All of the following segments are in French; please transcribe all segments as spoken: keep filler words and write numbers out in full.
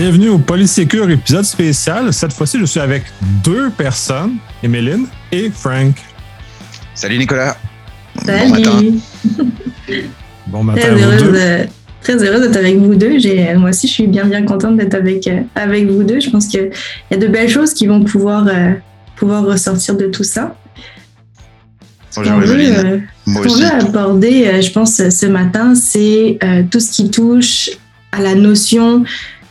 Bienvenue au Polysécure épisode spécial. Cette fois-ci, je suis avec deux personnes, Emeline et Frank. Salut Nicolas. Salut. Bon matin. Bon matin très à vous heureuse deux. De, très heureuse d'être avec vous deux. J'ai, moi aussi, je suis bien bien contente d'être avec, euh, avec vous deux. Je pense qu'il y a de belles choses qui vont pouvoir, euh, pouvoir ressortir de tout ça. Bonjour Emeline. Euh, moi ce qu'on aussi. veut aborder, euh, je pense, ce matin, c'est euh, tout ce qui touche à la notion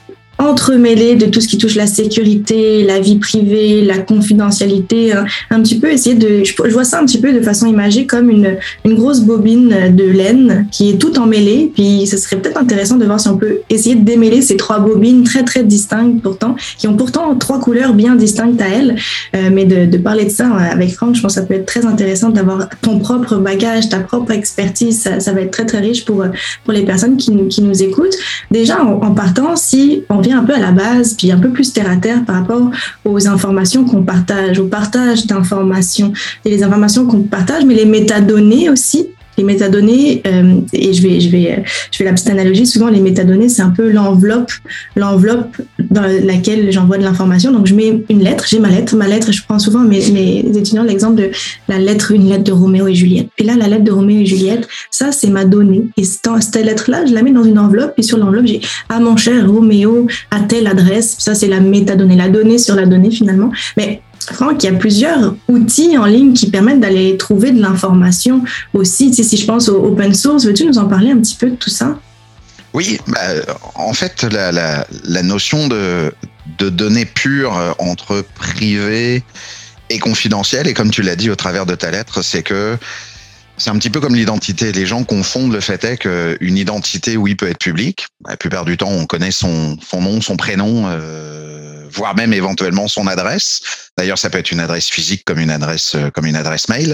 entremêlé de tout ce qui touche la sécurité, la vie privée, la confidentialité, hein, un petit peu essayer de, je, je vois ça un petit peu de façon imagée comme une, une grosse bobine de laine qui est tout emmêlée, puis ce serait peut-être intéressant de voir si on peut essayer de démêler ces trois bobines très très distinctes pourtant, qui ont pourtant trois couleurs bien distinctes à elles, euh, mais de, de parler de ça avec Franck, je pense que ça peut être très intéressant d'avoir ton propre bagage, ta propre expertise, ça, ça va être très très riche pour, pour les personnes qui, qui nous écoutent. Déjà en, en partant, si on vient un peu à la base, puis un peu plus terre à terre par rapport aux informations qu'on partage, au partage d'informations et les informations qu'on partage, mais les métadonnées aussi. Les métadonnées, euh, et je vais, je vais, je fais la petite analogie. Souvent, les métadonnées, c'est un peu l'enveloppe, l'enveloppe dans laquelle j'envoie de l'information. Donc, je mets une lettre, j'ai ma lettre, ma lettre. Je prends souvent mes, mes étudiants l'exemple de la lettre, une lettre de Roméo et Juliette. Et là, la lettre de Roméo et Juliette, ça, c'est ma donnée. Et cette lettre-là, je la mets dans une enveloppe. Et sur l'enveloppe, j'ai à mon cher Roméo à telle adresse. Ça, c'est la métadonnée, la donnée sur la donnée finalement. Mais Franck, il y a plusieurs outils en ligne qui permettent d'aller trouver de l'information aussi. Tu sais, si je pense au open source, veux-tu nous en parler un petit peu de tout ça? Oui, bah, en fait, la, la, la notion de, de données pures entre privé et confidentiel, et comme tu l'as dit au travers de ta lettre, c'est que c'est un petit peu comme l'identité. Les gens confondent le fait est qu'une identité, oui, peut être publique. La plupart du temps, on connaît son, son nom, son prénom, euh, voire même éventuellement son adresse. D'ailleurs, ça peut être une adresse physique comme une adresse, comme une adresse mail.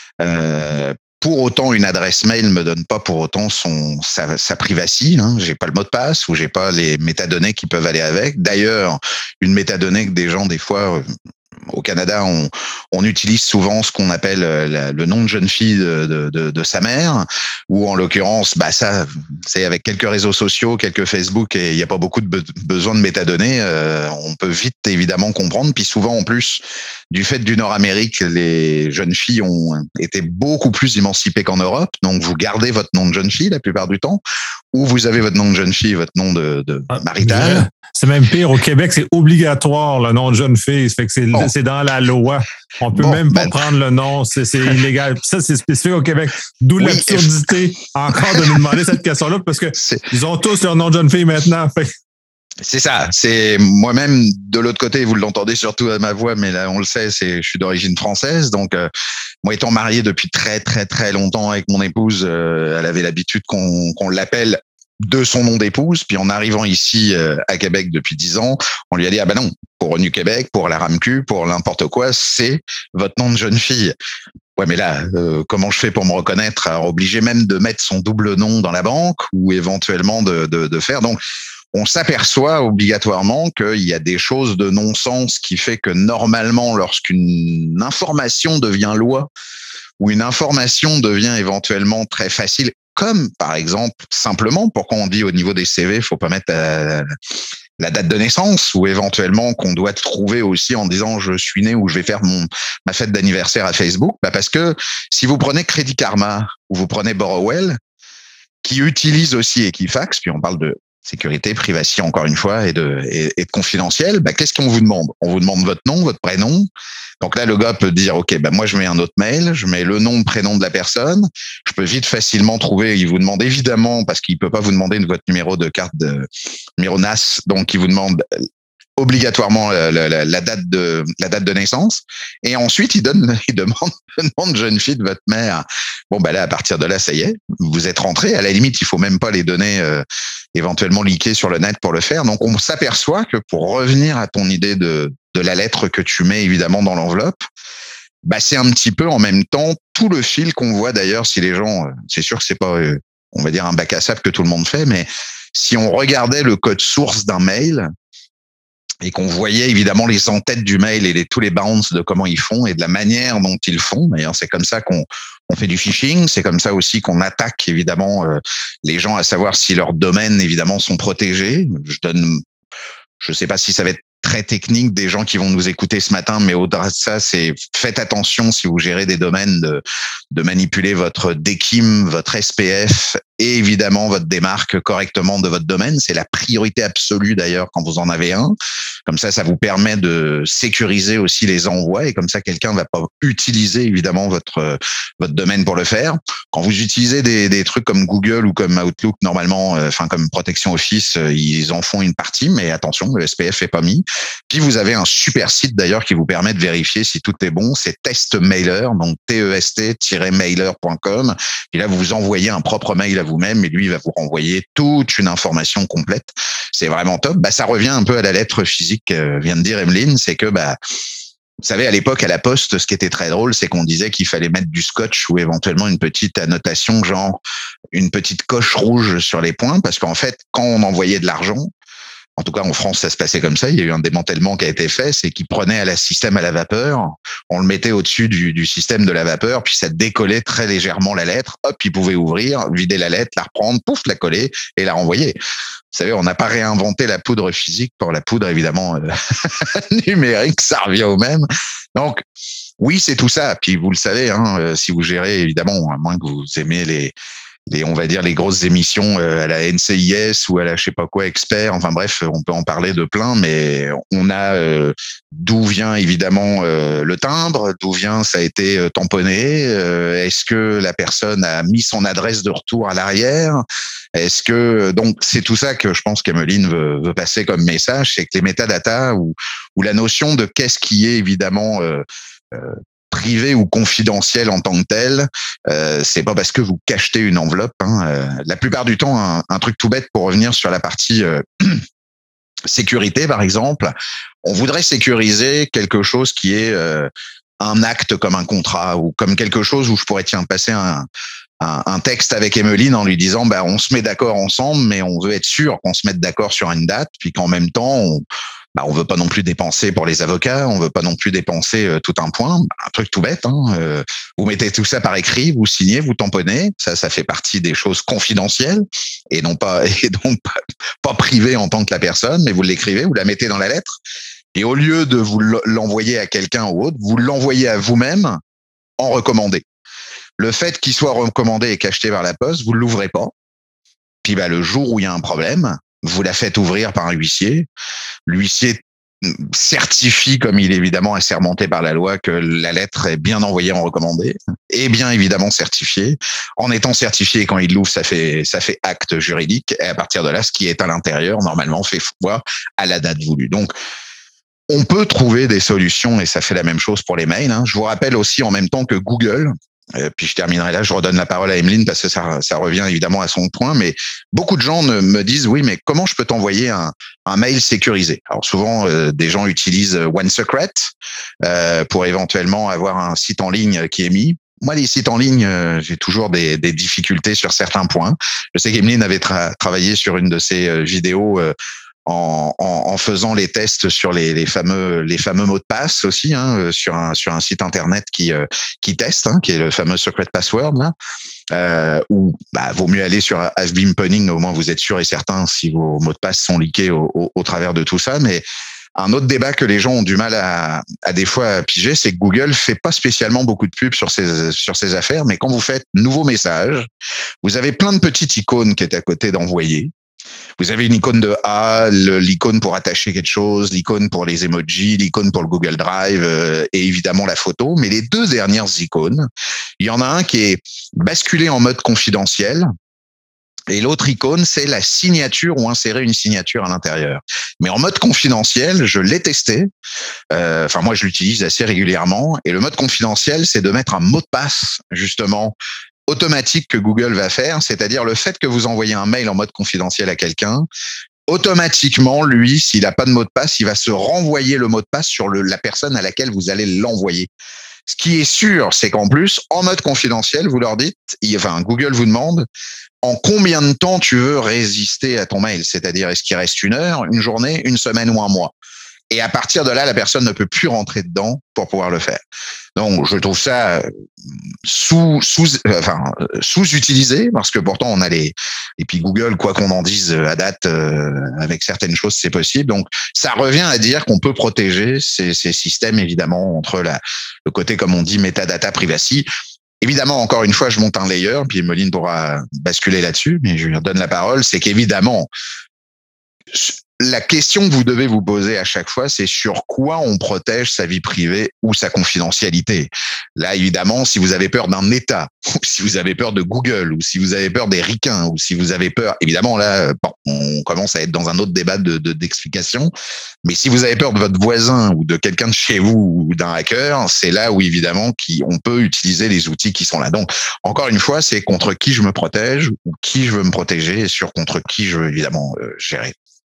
Euh, pour autant, une adresse mail me donne pas pour autant son sa, sa privacy. Hein. J'ai pas le mot de passe ou j'ai pas les métadonnées qui peuvent aller avec. D'ailleurs, une métadonnée que des gens des fois au Canada, on, on utilise souvent ce qu'on appelle la, le nom de jeune fille de, de, de, de sa mère, ou en l'occurrence, bah ça, c'est avec quelques réseaux sociaux, quelques Facebook, et il n'y a pas beaucoup de be- besoin de métadonnées. Euh, on peut vite évidemment comprendre. Puis souvent, en plus, du fait du Nord-Amérique, les jeunes filles ont été beaucoup plus émancipées qu'en Europe. Donc, vous gardez votre nom de jeune fille la plupart du temps, ou vous avez votre nom de jeune fille, votre nom de, de Ah, marital. C'est même pire. Au Québec, c'est obligatoire le nom de jeune fille. Ça fait que c'est, Bon. c'est dans la loi. On peut Bon, même pas ben... prendre le nom. C'est, c'est illégal. Puis ça, c'est spécifique au Québec. D'où oui, l'absurdité encore de nous demander cette question-là parce que c'est... ils ont tous leur nom de jeune fille maintenant. Fait. C'est ça. C'est moi-même de l'autre côté. Vous l'entendez surtout à ma voix, mais là on le sait. C'est je suis d'origine française, donc euh, moi étant marié depuis très très très longtemps avec mon épouse, euh, elle avait l'habitude qu'on, qu'on l'appelle de son nom d'épouse. Puis en arrivant ici euh, à Québec depuis dix ans, on lui a dit ah ben non, pour Revenu Québec, pour la RAMQ, pour n'importe quoi, c'est votre nom de jeune fille. Ouais, mais là, euh, comment je fais pour me reconnaître? Alors, obligé même de mettre son double nom dans la banque ou éventuellement de, de, de faire. Donc, on s'aperçoit obligatoirement qu'il y a des choses de non-sens qui fait que normalement, lorsqu'une information devient loi ou une information devient éventuellement très facile, comme par exemple, simplement, pourquoi on dit au niveau des C V, il faut pas mettre la, la date de naissance ou éventuellement qu'on doit trouver aussi en disant je suis né ou je vais faire mon ma fête d'anniversaire à Facebook, bah parce que si vous prenez Credit Karma ou vous prenez Borrowell, qui utilisent aussi Equifax, puis on parle de sécurité, privacy encore une fois et de et, et de confidentiel, bah qu'est-ce qu'on vous demande? On vous demande votre nom, votre prénom. Donc là, le gars peut dire, OK, bah moi, je mets un autre mail, je mets le nom, le prénom de la personne. Je peux vite facilement trouver, il vous demande évidemment, parce qu'il peut pas vous demander votre numéro de carte de, numéro N A S, donc il vous demande obligatoirement la, la, la date de, la date de naissance. Et ensuite, il donne, il demande le nom de jeune fille de votre mère. Bon, bah là, à partir de là, ça y est, vous êtes rentré. À la limite, il faut même pas les donner, euh, éventuellement leaker sur le net pour le faire. Donc, on s'aperçoit que pour revenir à ton idée de, de la lettre que tu mets évidemment dans l'enveloppe, bah c'est un petit peu en même temps tout le fil qu'on voit d'ailleurs si les gens, c'est sûr que c'est pas, on va dire un bac à sable que tout le monde fait, mais si on regardait le code source d'un mail et qu'on voyait évidemment les entêtes du mail et les, tous les bounces de comment ils font et de la manière dont ils font, d'ailleurs c'est comme ça qu'on on fait du phishing, c'est comme ça aussi qu'on attaque évidemment euh, les gens à savoir si leurs domaines évidemment sont protégés. Je donne je sais pas si ça va être très technique des gens qui vont nous écouter ce matin, mais au-delà de ça, c'est faites attention si vous gérez des domaines de, de manipuler votre D K I M, votre S P F et évidemment votre démarque correctement de votre domaine. C'est la priorité absolue d'ailleurs quand vous en avez un. Comme ça, ça vous permet de sécuriser aussi les envois et comme ça, quelqu'un ne va pas utiliser évidemment votre votre domaine pour le faire. Quand vous utilisez des, des trucs comme Google ou comme Outlook, normalement, enfin comme Protection Office, ils en font une partie, mais attention, le S P F est pas mis. Puis vous avez un super site d'ailleurs qui vous permet de vérifier si tout est bon, c'est TestMailer, donc T E S T mailer point com. Et là, vous vous envoyez un propre mail à vous-même et lui il va vous renvoyer toute une information complète. C'est vraiment top. Bah, ça revient un peu à la lettre physique, euh, vient de dire Emeline, c'est que bah vous savez, à l'époque, à la Poste, ce qui était très drôle, c'est qu'on disait qu'il fallait mettre du scotch ou éventuellement une petite annotation, genre une petite coche rouge sur les points, parce qu'en fait, quand on envoyait de l'argent, en tout cas en France, ça se passait comme ça, il y a eu un démantèlement qui a été fait, c'est qu'ils prenaient à la système à la vapeur, on le mettait au-dessus du, du système de la vapeur, puis ça décollait très légèrement la lettre, hop, ils pouvaient ouvrir, vider la lettre, la reprendre, pouf, la coller et la renvoyer. Vous savez, on n'a pas réinventé la poudre physique pour la poudre, évidemment, euh, numérique, ça revient au même. Donc, oui, c'est tout ça. Puis vous le savez, hein, euh, si vous gérez, évidemment, à moins que vous aimez les, les, on va dire, les grosses émissions euh, à la N C I S ou à la je sais pas quoi expert. Enfin bref, on peut en parler de plein, mais on a euh, d'où vient évidemment euh, le timbre, d'où vient ça a été euh, tamponné. Euh, est-ce que la personne a mis son adresse de retour à l'arrière? Est-ce que donc c'est tout ça que je pense qu'Emeline veut, veut passer comme message, c'est que les métadatas ou, ou la notion de qu'est-ce qui est évidemment euh, euh, privé ou confidentiel en tant que tel, euh, c'est pas parce que vous cachetez une enveloppe. Hein, euh, la plupart du temps, un, un truc tout bête pour revenir sur la partie euh, sécurité, par exemple, on voudrait sécuriser quelque chose qui est euh, un acte comme un contrat ou comme quelque chose où je pourrais tiens passer un Un, un texte avec Emeline en lui disant bah on se met d'accord ensemble mais on veut être sûr qu'on se mette d'accord sur une date puis qu'en même temps on bah on veut pas non plus dépenser pour les avocats, on veut pas non plus dépenser euh, tout un point, un truc tout bête hein, euh, vous mettez tout ça par écrit, vous signez, vous tamponnez, ça ça fait partie des choses confidentielles et non pas et donc pas, pas privées en tant que la personne, mais vous l'écrivez, vous la mettez dans la lettre et au lieu de vous l'envoyer à quelqu'un ou autre, vous l'envoyez à vous-même en recommandé. Le fait qu'il soit recommandé et cacheté par la poste, vous ne l'ouvrez pas. Puis bah, le jour où il y a un problème, vous la faites ouvrir par un huissier. L'huissier certifie, comme il est évidemment assermenté par la loi, que la lettre est bien envoyée en recommandé et bien évidemment certifiée. En étant certifié, quand il l'ouvre, ça fait ça fait acte juridique. Et à partir de là, ce qui est à l'intérieur, normalement, fait foi à la date voulue. Donc, on peut trouver des solutions et ça fait la même chose pour les mails. Hein. Je vous rappelle aussi en même temps que Google, Euh, puis je terminerai là, je redonne la parole à Emeline parce que ça, ça revient évidemment à son point, mais beaucoup de gens ne, me disent oui, mais comment je peux t'envoyer un, un mail sécurisé? Alors souvent, euh, des gens utilisent OneSecret euh, pour éventuellement avoir un site en ligne qui est mis. Moi, les sites en ligne, euh, j'ai toujours des, des difficultés sur certains points. Je sais qu'Emeline avait tra- travaillé sur une de ses euh, vidéos euh, En, en, en faisant les tests sur les, les fameux les fameux mots de passe aussi hein, sur un sur un site internet qui euh, qui teste hein, qui est le fameux Secret Password là euh, où bah vaut mieux aller sur Have Been Punning, au moins vous êtes sûr et certain si vos mots de passe sont leakés au, au, au travers de tout ça. Mais un autre débat que les gens ont du mal à, à des fois à piger, c'est que Google fait pas spécialement beaucoup de pubs sur ces sur ces affaires, mais quand vous faites nouveau message, vous avez plein de petites icônes qui est à côté d'envoyer. Vous avez une icône de A, l'icône pour attacher quelque chose, l'icône pour les emojis, l'icône pour le Google Drive euh, et évidemment la photo. Mais les deux dernières icônes, il y en a un qui est basculé en mode confidentiel et l'autre icône, c'est la signature ou insérer une signature à l'intérieur. Mais en mode confidentiel, je l'ai testé. Euh, enfin, moi, je l'utilise assez régulièrement. Et le mode confidentiel, c'est de mettre un mot de passe, justement, automatique que Google va faire, c'est-à-dire le fait que vous envoyez un mail en mode confidentiel à quelqu'un, automatiquement, lui, s'il n'a pas de mot de passe, il va se renvoyer le mot de passe sur le, la personne à laquelle vous allez l'envoyer. Ce qui est sûr, c'est qu'en plus, en mode confidentiel, vous leur dites, enfin, Google vous demande en combien de temps tu veux résister à ton mail, c'est-à-dire est-ce qu'il reste une heure, une journée, une semaine ou un mois. Et à partir de là, la personne ne peut plus rentrer dedans pour pouvoir le faire. Donc, je trouve ça sous, sous, enfin, sous-utilisé, parce que pourtant on a les, et puis Google, quoi qu'on en dise à date, euh, avec certaines choses, c'est possible. Donc, ça revient à dire qu'on peut protéger ces, ces systèmes, évidemment, entre la, le côté, comme on dit, metadata privacy. Évidemment, encore une fois, je monte un layer, puis Emeline pourra basculer là-dessus, mais je lui redonne la parole. C'est qu'évidemment, la question que vous devez vous poser à chaque fois, c'est sur quoi on protège sa vie privée ou sa confidentialité. Là, évidemment, si vous avez peur d'un État, ou si vous avez peur de Google, ou si vous avez peur des ricains, ou si vous avez peur, évidemment, là, bon, on commence à être dans un autre débat de, de, d'explication. Mais si vous avez peur de votre voisin ou de quelqu'un de chez vous ou d'un hacker, c'est là où, évidemment, qui, on peut utiliser les outils qui sont là. Donc, encore une fois, c'est contre qui je me protège ou qui je veux me protéger et sur contre qui je veux, évidemment, euh, gérer.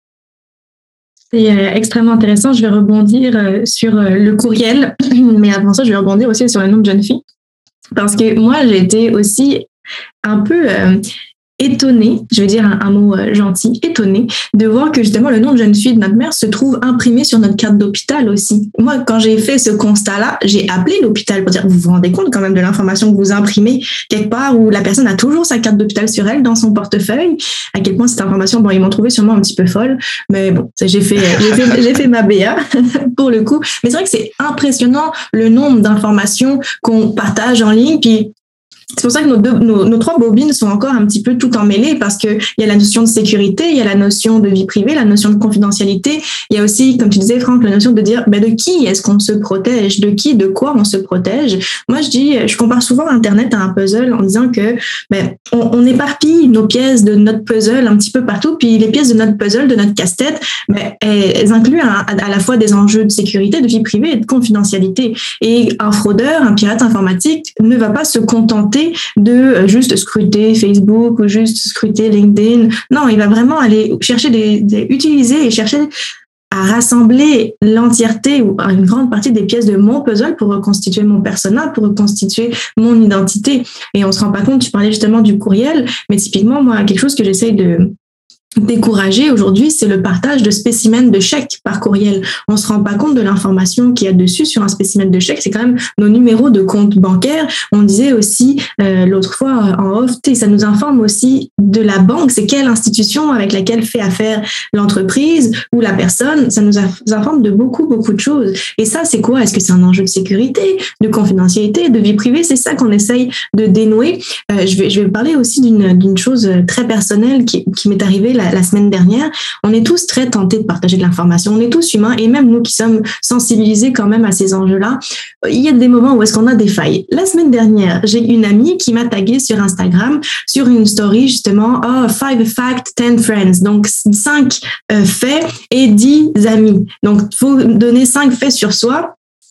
C'est extrêmement intéressant. Je vais rebondir sur le courriel, mais avant ça, je vais rebondir aussi sur le nom de jeune fille. Parce que moi, j'ai été aussi un peu euh, étonnée, je vais dire un, un mot gentil, étonnée, de voir que justement le nom de jeune fille de notre mère se trouve imprimé sur notre carte d'hôpital aussi. Moi, quand j'ai fait ce constat-là, j'ai appelé l'hôpital pour dire, vous vous rendez compte quand même de l'information que vous imprimez quelque part où la personne a toujours sa carte d'hôpital sur elle, dans son portefeuille, à quel point cette information, bon, ils m'ont trouvé sûrement un petit peu folle, mais bon, j'ai fait, j'ai fait, j'ai fait ma B A pour le coup. Mais c'est vrai que c'est impressionnant le nombre d'informations qu'on partage en ligne, puis c'est pour ça que nos, deux, nos, nos trois bobines sont encore un petit peu tout emmêlées parce qu'il y a la notion de sécurité, il y a la notion de vie privée, la notion de confidentialité. Il y a aussi, comme tu disais, Franck, la notion de dire ben, de qui est-ce qu'on se protège, de qui, de quoi on se protège. Moi, je dis, je compare souvent Internet à un puzzle en disant que ben, on, on éparpille nos pièces de notre puzzle un petit peu partout, puis les pièces de notre puzzle, de notre casse-tête, ben, elles incluent à, à la fois des enjeux de sécurité, de vie privée et de confidentialité. Et un fraudeur, un pirate informatique ne va pas se contenter de juste scruter Facebook ou juste scruter LinkedIn. Non, il va vraiment aller chercher des, des utiliser et chercher à rassembler l'entièreté ou une grande partie des pièces de mon puzzle pour reconstituer mon persona, pour reconstituer mon identité. Et on se rend pas compte, tu parlais justement du courriel, mais typiquement, moi, quelque chose que j'essaye de décourager aujourd'hui, c'est le partage de spécimens de chèques par courriel. On se rend pas compte de l'information qu'il y a dessus sur un spécimen de chèque. C'est quand même nos numéros de compte bancaire. On disait aussi euh, l'autre fois en off, ça nous informe aussi de la banque. C'est quelle institution avec laquelle fait affaire l'entreprise ou la personne. Ça nous informe de beaucoup, beaucoup de choses. Et ça, c'est quoi? Est-ce que c'est un enjeu de sécurité, de confidentialité, de vie privée? C'est ça qu'on essaye de dénouer. Euh, je vais, je vais parler aussi d'une, d'une chose très personnelle qui, qui m'est arrivée là, la semaine dernière. On est tous très tentés de partager de l'information. On est tous humains et même nous qui sommes sensibilisés quand même à ces enjeux-là, il y a des moments où est-ce qu'on a des failles. La semaine dernière, j'ai une amie qui m'a tagué sur Instagram sur une story justement, oh, five facts, ten friends. Donc, cinq euh, faits et dix amis. Donc, il faut donner cinq faits sur soi.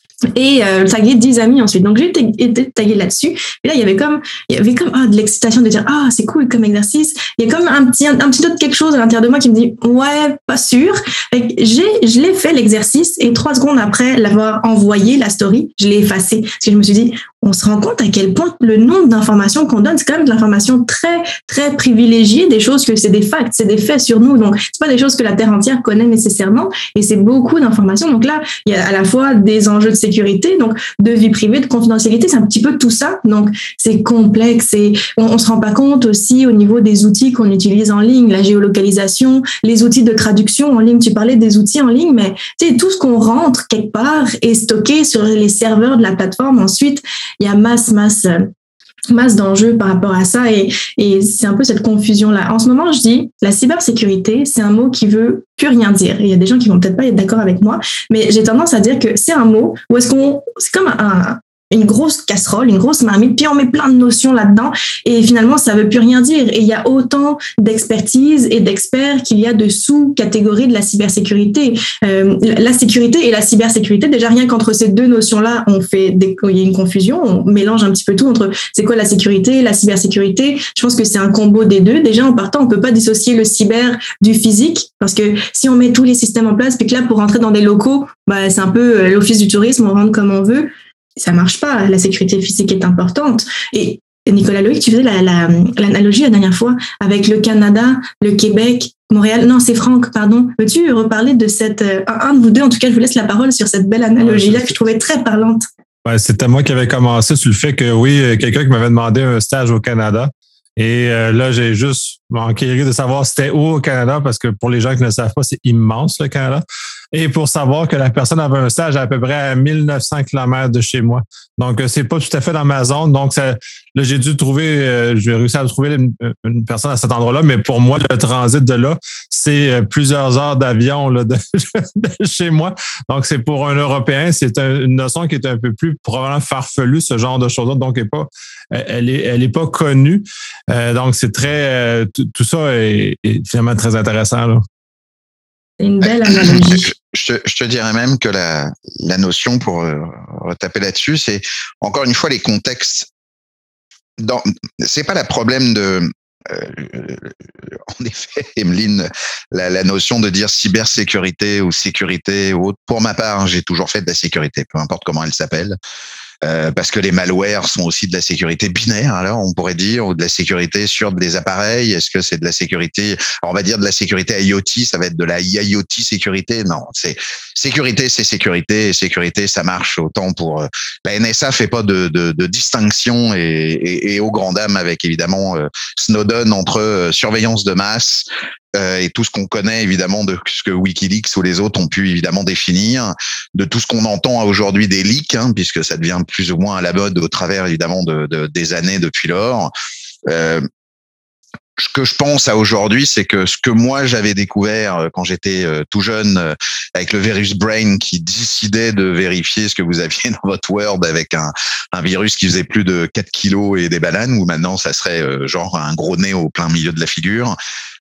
Et euh, taguer dix amis ensuite. Donc j'ai été taguée là-dessus. Et là il y avait comme il y avait comme ah, de l'excitation de dire ah c'est cool comme exercice. Il y a comme un petit un, un petit autre quelque chose à l'intérieur de moi qui me dit ouais pas sûr. Et j'ai je l'ai fait l'exercice et trois secondes après l'avoir envoyé la story, je l'ai effacé parce que je me suis dit on se rend compte à quel point le nombre d'informations qu'on donne, c'est quand même de l'information très, très privilégiée, des choses que c'est des facts, c'est des faits sur nous. Donc, c'est pas des choses que la Terre entière connaît nécessairement et c'est beaucoup d'informations. Donc là, il y a à la fois des enjeux de sécurité, donc de vie privée, de confidentialité, c'est un petit peu tout ça. Donc, c'est complexe et on, on se rend pas compte aussi au niveau des outils qu'on utilise en ligne, la géolocalisation, les outils de traduction en ligne. Tu parlais des outils en ligne, mais tu sais, tout ce qu'on rentre quelque part est stocké sur les serveurs de la plateforme ensuite. Il y a masse, masse, masse d'enjeux par rapport à ça et, et c'est un peu cette confusion-là. En ce moment, je dis, la cybersécurité, c'est un mot qui veut plus rien dire. Et il y a des gens qui vont peut-être pas être d'accord avec moi, mais j'ai tendance à dire que c'est un mot où est-ce qu'on, c'est comme un, un une grosse casserole, une grosse marmite, puis on met plein de notions là-dedans et finalement, ça veut plus rien dire. Et il y a autant d'expertise et d'experts qu'il y a de sous-catégories de la cybersécurité. Euh, la sécurité et la cybersécurité, déjà rien qu'entre ces deux notions-là, on fait des, il y a une confusion, on mélange un petit peu tout entre c'est quoi la sécurité, la cybersécurité. Je pense que c'est un combo des deux. Déjà, en partant, on peut pas dissocier le cyber du physique parce que si on met tous les systèmes en place, puis que là, pour rentrer dans des locaux, bah, c'est un peu l'office du tourisme, on rentre comme on veut. Ça marche pas. La sécurité physique est importante. Et Nicolas Loïc, tu faisais la, la, l'analogie la dernière fois avec le Canada, le Québec Montréal. Non, c'est Franck, pardon. Veux-tu reparler de cette... Euh, un de vous deux, en tout cas, je vous laisse la parole sur cette belle analogie-là que je trouvais très parlante. Ouais, c'était moi qui avais commencé sur le fait que, oui, quelqu'un qui m'avait demandé un stage au Canada. Et euh, là, j'ai juste enquéré de savoir c'était où au Canada, parce que pour les gens qui ne le savent pas, c'est immense, le Canada. Et pour savoir que la personne avait un stage à peu près à mille neuf cents kilomètres de chez moi. Donc, c'est pas tout à fait dans ma zone. Donc, ça, là, j'ai dû trouver, euh, j'ai réussi à trouver une, une personne à cet endroit-là. Mais pour moi, le transit de là, c'est plusieurs heures d'avion là, de, de chez moi. Donc, c'est pour un Européen, c'est un, une notion qui est un peu plus probablement farfelue, ce genre de choses-là. Donc, elle est pas, elle est, elle est pas connue. Euh, donc, c'est très, euh, tout, tout ça est, est finalement très intéressant, là. C'est une belle analogie. Je te, je te dirais même que la, la notion, pour euh, retaper là-dessus, c'est encore une fois les contextes. Dans, c'est pas le problème de, euh, en effet, Emeline, la, la notion de dire cybersécurité ou sécurité ou autre. Pour ma part, hein, j'ai toujours fait de la sécurité, peu importe comment elle s'appelle. Euh, parce que les malwares sont aussi de la sécurité binaire, alors on pourrait dire, ou de la sécurité sur des appareils. Est-ce que c'est de la sécurité, alors on va dire de la sécurité IoT, ça va être de la IoT sécurité. Non, c'est sécurité, c'est sécurité, et sécurité, ça marche autant pour... Euh, la N S A fait pas de, de, de distinction, et, et, et aux grandes dames avec évidemment euh, Snowden entre euh, surveillance de masse, Euh, et tout ce qu'on connaît évidemment de ce que WikiLeaks ou les autres ont pu évidemment définir, de tout ce qu'on entend aujourd'hui des leaks, hein, puisque ça devient plus ou moins à la mode au travers évidemment de, de des années depuis lors. Euh, ce que je pense à aujourd'hui, c'est que ce que moi j'avais découvert quand j'étais tout jeune avec le virus Brain qui décidait de vérifier ce que vous aviez dans votre Word avec un, un virus qui faisait plus de quatre kilos et des bananes, ou maintenant ça serait genre un gros nez au plein milieu de la figure,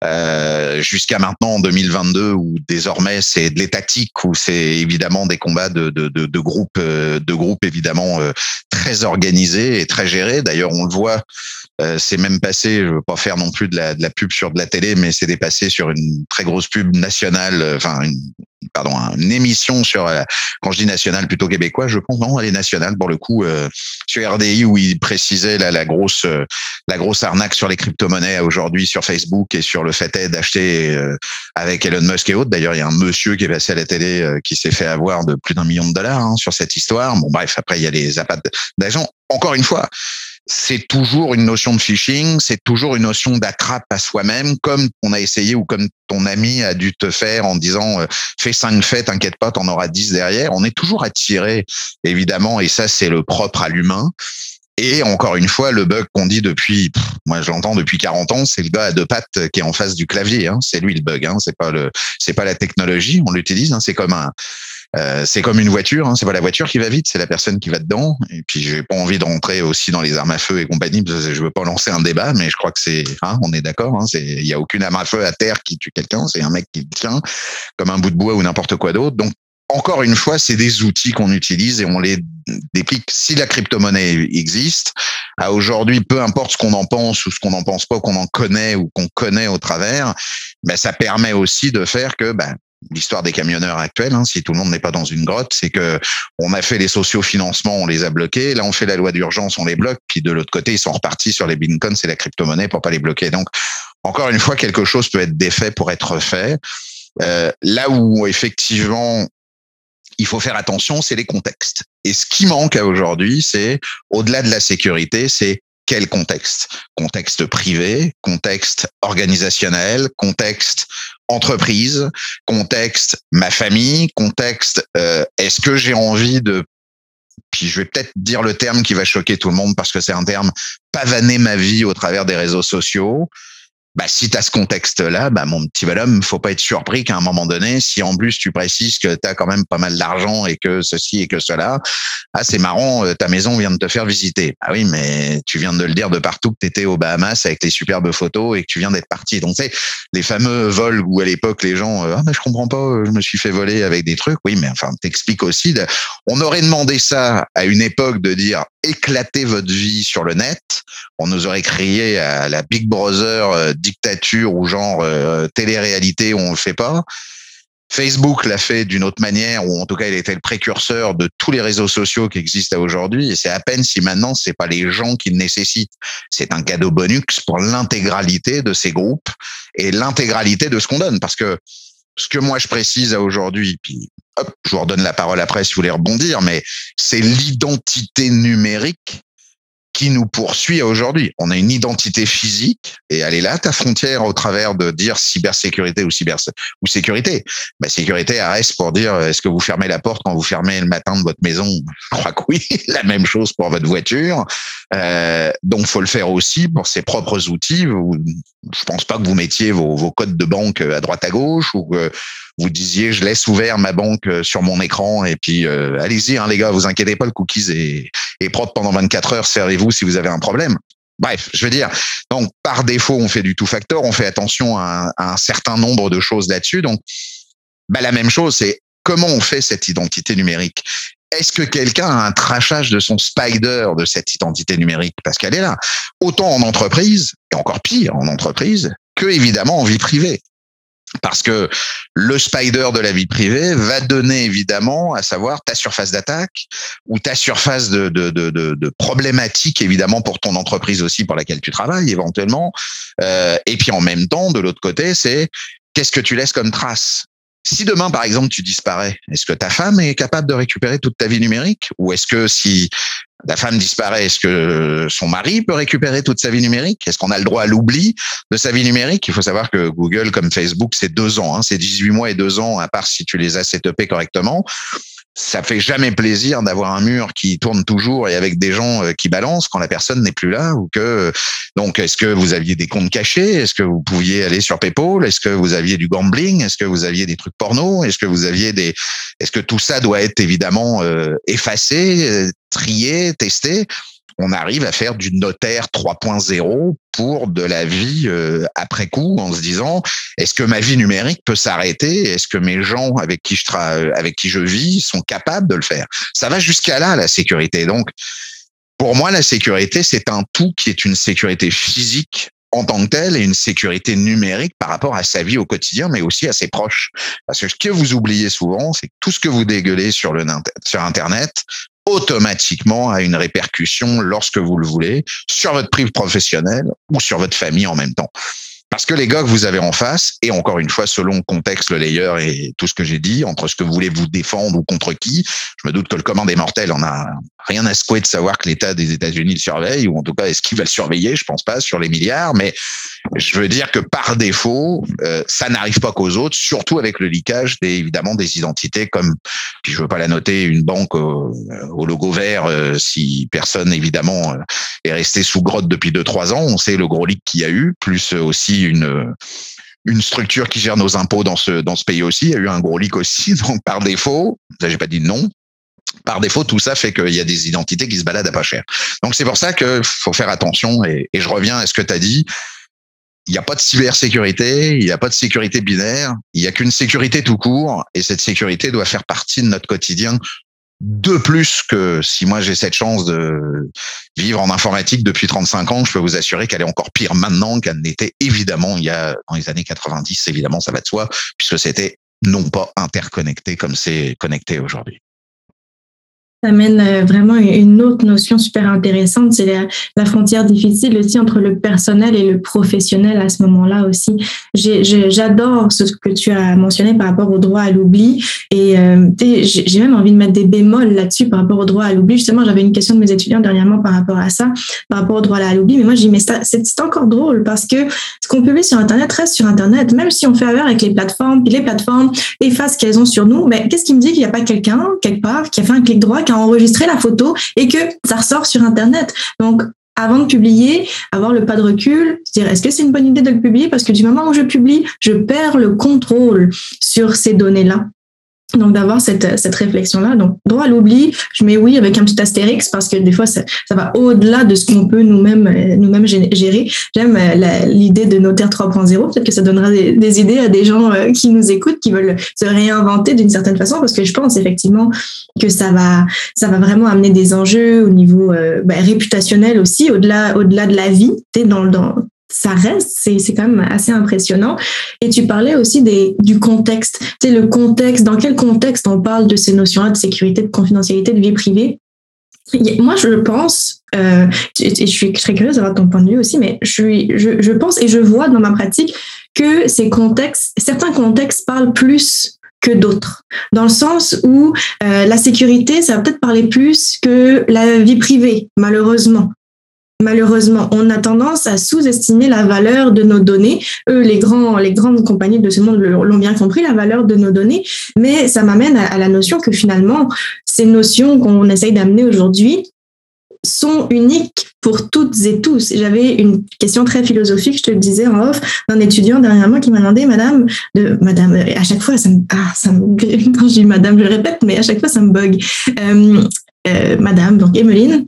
euh, jusqu'à maintenant en deux mille vingt-deux où désormais c'est de l'étatique, où c'est évidemment des combats de, de, de, de groupes, de groupes évidemment très organisés et très gérés. D'ailleurs, on le voit. Euh, c'est même passé, je veux pas faire non plus de la, de la pub sur de la télé, mais c'est dépassé sur une très grosse pub nationale, enfin une, pardon, une émission sur, euh, quand je dis nationale plutôt québécois, je pense, non, elle est nationale pour le coup, euh, sur R D I, où il précisait la, la grosse, euh, la grosse arnaque sur les crypto-monnaies aujourd'hui sur Facebook, et sur le fait est d'acheter euh, avec Elon Musk et autres. D'ailleurs, il y a un monsieur qui est passé à la télé euh, qui s'est fait avoir de plus d'un million de dollars hein, sur cette histoire. Bon, bref, après il y a les appâts d'agents. Encore une fois, c'est toujours une notion de phishing, c'est toujours une notion d'attrape à soi-même, comme on a essayé ou comme ton ami a dû te faire en disant euh, fais cinq faits, t'inquiète pas, t'en auras dix derrière. On est toujours attiré, évidemment, et ça c'est le propre à l'humain. Et encore une fois, le bug qu'on dit depuis, pff, moi je l'entends depuis quarante ans, c'est le gars à deux pattes qui est en face du clavier. Hein. C'est lui le bug. Hein. C'est pas le, c'est pas la technologie. On l'utilise. Hein. C'est comme un, euh, c'est comme une voiture. Hein. C'est pas la voiture qui va vite, c'est la personne qui va dedans. Et puis j'ai pas envie de rentrer aussi dans les armes à feu et compagnie. Parce que je veux pas lancer un débat, mais je crois que c'est, hein, on est d'accord. Hein. C'est, il y a aucune arme à feu à terre qui tue quelqu'un. C'est un mec qui tient comme un bout de bois ou n'importe quoi d'autre. Donc encore une fois, c'est des outils qu'on utilise et on les déplique. Si la crypto-monnaie existe, à aujourd'hui, peu importe ce qu'on en pense ou ce qu'on n'en pense pas, qu'on en connaît ou qu'on connaît au travers, ben ça permet aussi de faire que ben, l'histoire des camionneurs actuels, hein, si tout le monde n'est pas dans une grotte, c'est que on a fait les sociofinancements, on les a bloqués. Là, on fait la loi d'urgence, on les bloque. Puis de l'autre côté, ils sont repartis sur les bitcoins et la crypto-monnaie pour pas les bloquer. Donc, encore une fois, quelque chose peut être défait pour être fait. Euh, là où effectivement il faut faire attention, c'est les contextes. Et ce qui manque à aujourd'hui, c'est, au-delà de la sécurité, c'est quel contexte? Contexte privé, contexte organisationnel, contexte entreprise, contexte ma famille, contexte euh, est-ce que j'ai envie de... Puis je vais peut-être dire le terme qui va choquer tout le monde parce que c'est un terme, pavaner ma vie au travers des réseaux sociaux. Bah, si tu as ce contexte-là, bah, mon petit bonhomme, faut pas être surpris qu'à un moment donné, si en plus tu précises que tu as quand même pas mal d'argent et que ceci et que cela, ah, c'est marrant, ta maison vient de te faire visiter. Ah oui, mais tu viens de le dire de partout que tu étais aux Bahamas avec les superbes photos et que tu viens d'être parti. Donc, tu sais, les fameux vols où à l'époque, les gens, ah, mais je comprends pas, je me suis fait voler avec des trucs. Oui, mais enfin, t'expliques aussi. De... On aurait demandé ça à une époque de dire éclatez votre vie sur le net. On nous aurait crié à la Big Brother euh, dictature ou genre euh, télé-réalité où on le fait pas. Facebook l'a fait d'une autre manière, ou en tout cas, il était le précurseur de tous les réseaux sociaux qui existent aujourd'hui. Et c'est à peine si maintenant, c'est pas les gens qui le nécessitent. C'est un cadeau bonus pour l'intégralité de ces groupes et l'intégralité de ce qu'on donne. Parce que ce que moi, je précise à aujourd'hui, puis hop, je vous redonne la parole après si vous voulez rebondir, mais c'est l'identité numérique qui nous poursuit aujourd'hui. On a une identité physique et elle est là, ta frontière, au travers de dire cybersécurité ou cyber ou sécurité. Bah, sécurité, elle reste pour dire, est-ce que vous fermez la porte quand vous fermez le matin de votre maison? Je crois que oui. La même chose pour votre voiture. Euh, donc, faut le faire aussi pour ses propres outils. Vous, je pense pas que vous mettiez vos, vos codes de banque à droite à gauche ou que vous disiez, je laisse ouvert ma banque sur mon écran et puis euh, allez-y, hein, les gars, vous inquiétez pas, le cookies est, est propre pendant vingt-quatre heures, servez-vous si vous avez un problème. Bref, je veux dire, donc par défaut, on fait du two-factor, on fait attention à un, à un certain nombre de choses là-dessus. Donc, bah, la même chose, c'est comment on fait cette identité numérique. Est-ce que quelqu'un a un trachage de son spider de cette identité numérique? Parce qu'elle est là. Autant en entreprise, et encore pire en entreprise, que évidemment en vie privée. Parce que le spider de la vie privée va donner évidemment à savoir ta surface d'attaque ou ta surface de, de, de, de, de problématique évidemment pour ton entreprise aussi pour laquelle tu travailles éventuellement. Euh, et puis en même temps, de l'autre côté, c'est qu'est-ce que tu laisses comme trace? Si demain, par exemple, tu disparais, est-ce que ta femme est capable de récupérer toute ta vie numérique? Ou est-ce que si ta femme disparaît, est-ce que son mari peut récupérer toute sa vie numérique? Est-ce qu'on a le droit à l'oubli de sa vie numérique? Il faut savoir que Google, comme Facebook, c'est deux ans. Hein, c'est dix-huit mois et deux ans, à part si tu les as setupés correctement. Ça fait jamais plaisir d'avoir un mur qui tourne toujours et avec des gens qui balancent quand la personne n'est plus là ou que donc est-ce que vous aviez des comptes cachés? Est-ce que vous pouviez aller sur PayPal? Est-ce que vous aviez du gambling? Est-ce que vous aviez des trucs porno? Est-ce que vous aviez des est-ce que tout ça doit être évidemment euh, effacé, trié, testé? On arrive à faire du notaire trois point zéro pour de la vie euh, après coup, en se disant est-ce que ma vie numérique peut s'arrêter? Est-ce que mes gens avec qui je tra- avec qui je vis sont capables de le faire? Ça va jusqu'à là, la sécurité. Donc, pour moi, la sécurité, c'est un tout qui est une sécurité physique en tant que telle et une sécurité numérique par rapport à sa vie au quotidien, mais aussi à ses proches. Parce que ce que vous oubliez souvent, c'est que tout ce que vous dégueulez sur le sur Internet automatiquement a une répercussion lorsque vous le voulez sur votre prive professionnelle ou sur votre famille en même temps. Parce que les gars que vous avez en face, et encore une fois, selon le contexte, le layer et tout ce que j'ai dit, entre ce que vous voulez vous défendre ou contre qui, je me doute que le commun des mortels en a rien à secouer de savoir que l'État des États-Unis le surveille, ou en tout cas, est-ce qu'il va le surveiller? Je pense pas, sur les milliards, mais je veux dire que par défaut, euh, ça n'arrive pas qu'aux autres, surtout avec le leakage des, évidemment, des identités comme, puis je veux pas la noter, une banque au, au logo vert, euh, si personne, évidemment, euh, est resté sous grotte depuis deux, trois ans, on sait le gros leak qu'il y a eu, plus aussi une une structure qui gère nos impôts dans ce dans ce pays aussi. Il y a eu un gros leak aussi, donc par défaut, ça j'ai pas dit non. Par défaut, tout ça fait qu'il y a des identités qui se baladent à pas cher. Donc c'est pour ça que faut faire attention. Et, et je reviens à ce que tu as dit. Il n'y a pas de cybersécurité, il n'y a pas de sécurité binaire, il n'y a qu'une sécurité tout court. Et cette sécurité doit faire partie de notre quotidien. De plus que si moi j'ai cette chance de vivre en informatique depuis trente-cinq ans, je peux vous assurer qu'elle est encore pire maintenant qu'elle n'était évidemment il y a dans les années quatre-vingt-dix, évidemment ça va de soi, puisque c'était non pas interconnecté comme c'est connecté aujourd'hui. Ça amène vraiment une autre notion super intéressante, c'est la, la frontière difficile aussi entre le personnel et le professionnel à ce moment-là aussi. J'ai, j'ai, j'adore ce que tu as mentionné par rapport au droit à l'oubli et euh, j'ai, j'ai même envie de mettre des bémols là-dessus par rapport au droit à l'oubli. Justement, j'avais une question de mes étudiants dernièrement par rapport à ça, par rapport au droit à l'oubli, mais moi je dis mais c'est, c'est encore drôle parce que ce qu'on publie sur Internet reste sur Internet, même si on fait affaire avec les plateformes, puis les plateformes effacent ce qu'elles ont sur nous, mais qu'est-ce qui me dit qu'il n'y a pas quelqu'un quelque part qui a fait un clic droit, qui a enregistrer la photo et que ça ressort sur Internet. Donc, avant de publier, avoir le pas de recul, se dire est-ce que c'est une bonne idée de le publier? Parce que du moment où je publie, je perds le contrôle sur ces données-là. Donc, d'avoir cette, cette réflexion-là. Donc, droit à l'oubli, je mets oui avec un petit astérix parce que des fois, ça, ça va au-delà de ce qu'on peut nous-mêmes, nous-mêmes gérer. J'aime la, l'idée de notaire trois point zéro. Peut-être que ça donnera des, des idées à des gens qui nous écoutent, qui veulent se réinventer d'une certaine façon parce que je pense effectivement que ça va, ça va vraiment amener des enjeux au niveau euh, ben, réputationnel aussi, au-delà, au-delà de la vie. T'es dans, dans ça reste, c'est, c'est quand même assez impressionnant. Et tu parlais aussi des, du contexte. Tu sais, le contexte, dans quel contexte on parle de ces notions-là de sécurité, de confidentialité, de vie privée. Moi, je pense, euh, et je suis très curieuse d'avoir ton point de vue aussi, mais je, suis, je, je pense et je vois dans ma pratique que ces contextes, certains contextes parlent plus que d'autres, dans le sens où euh, la sécurité, ça va peut-être parler plus que la vie privée, malheureusement. Malheureusement, on a tendance à sous-estimer la valeur de nos données. Eux, les grands, les grandes compagnies de ce monde l'ont bien compris, la valeur de nos données. Mais ça m'amène à, à la notion que finalement, ces notions qu'on essaye d'amener aujourd'hui sont uniques pour toutes et tous. J'avais une question très philosophique, je te le disais en off, d'un étudiant dernièrement qui m'a demandé, Madame, de Madame, à chaque fois, ça me, ah, ça me, quand je dis Madame, je le répète, mais à chaque fois, ça me bug. Euh, euh, Madame, donc Emeline.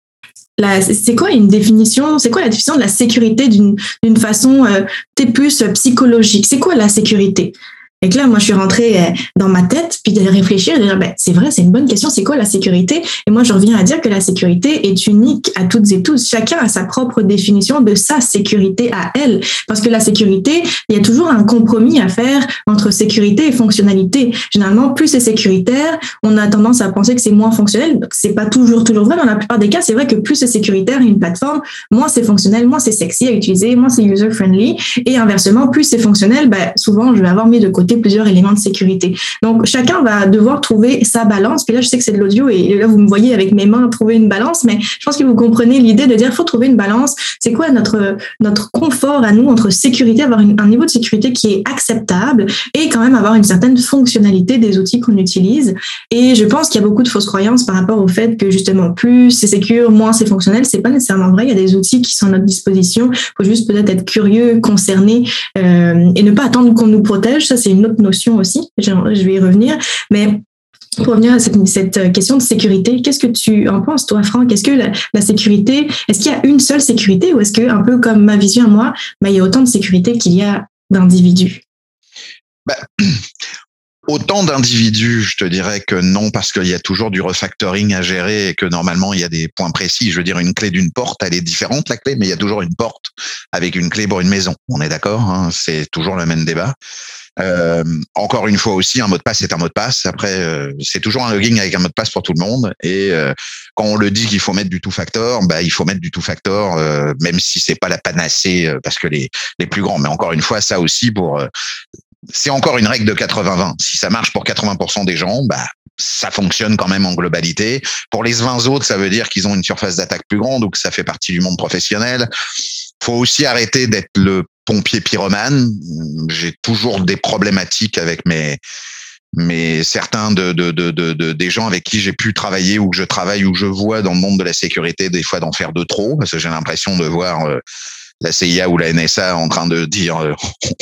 La, c'est quoi une définition, c'est quoi la définition de la sécurité d'une, d'une façon euh, plus psychologique? C'est quoi la sécurité? Et que là, moi, je suis rentrée dans ma tête, puis de réfléchir, de dire, ben, c'est vrai, c'est une bonne question, c'est quoi la sécurité? Et moi, je reviens à dire que la sécurité est unique à toutes et tous. Chacun a sa propre définition de sa sécurité à elle. Parce que la sécurité, il y a toujours un compromis à faire entre sécurité et fonctionnalité. Généralement, plus c'est sécuritaire, on a tendance à penser que c'est moins fonctionnel. Donc, c'est pas toujours, toujours vrai, mais dans la plupart des cas, c'est vrai que plus c'est sécuritaire une plateforme, moins c'est fonctionnel, moins c'est sexy à utiliser, moins c'est user-friendly. Et inversement, plus c'est fonctionnel, ben, souvent, je vais avoir mis de côté plusieurs éléments de sécurité. Donc, chacun va devoir trouver sa balance. Puis là, je sais que c'est de l'audio et là, vous me voyez avec mes mains trouver une balance, mais je pense que vous comprenez l'idée de dire qu'il faut trouver une balance. C'est quoi notre, notre confort à nous entre sécurité, avoir une, un niveau de sécurité qui est acceptable et quand même avoir une certaine fonctionnalité des outils qu'on utilise. Et je pense qu'il y a beaucoup de fausses croyances par rapport au fait que justement, plus c'est sécure, moins c'est fonctionnel. C'est pas nécessairement vrai. Il y a des outils qui sont à notre disposition. Il faut juste peut-être être curieux, concerné euh, et ne pas attendre qu'on nous protège. Ça, c'est une autre notion aussi, je vais y revenir, mais pour revenir à cette, cette question de sécurité, qu'est-ce que tu en penses, toi, Franck? Est-ce que la, la sécurité, est-ce qu'il y a une seule sécurité ou est-ce que, un peu comme ma vision à moi, ben, il y a autant de sécurité qu'il y a d'individus? Bah, autant d'individus, je te dirais que non, parce qu'il y a toujours du refactoring à gérer et que normalement, il y a des points précis. Je veux dire, une clé d'une porte, elle est différente, la clé, mais il y a toujours une porte avec une clé pour une maison. On est d'accord, hein? C'est toujours le même débat. Euh, encore une fois aussi, un mot de passe est un mot de passe. Après, euh, c'est toujours un login avec un mot de passe pour tout le monde. Et euh, quand on le dit qu'il faut mettre du two-factor, bah il faut mettre du two-factor, euh, même si c'est pas la panacée, euh, parce que les les plus grands. Mais encore une fois, ça aussi pour euh, c'est encore une règle de quatre-vingts vingt. Si ça marche pour quatre-vingts pour cent des gens, bah ça fonctionne quand même en globalité. Pour les vingt autres, ça veut dire qu'ils ont une surface d'attaque plus grande ou que ça fait partie du monde professionnel. Faut aussi arrêter d'être le pompier pyromane. J'ai toujours des problématiques avec mes, mes certains de, de, de, de, de des gens avec qui j'ai pu travailler ou que je travaille ou que je vois dans le monde de la sécurité, des fois d'en faire de trop, parce que j'ai l'impression de voir euh, la C I A ou la N S A en train de dire euh,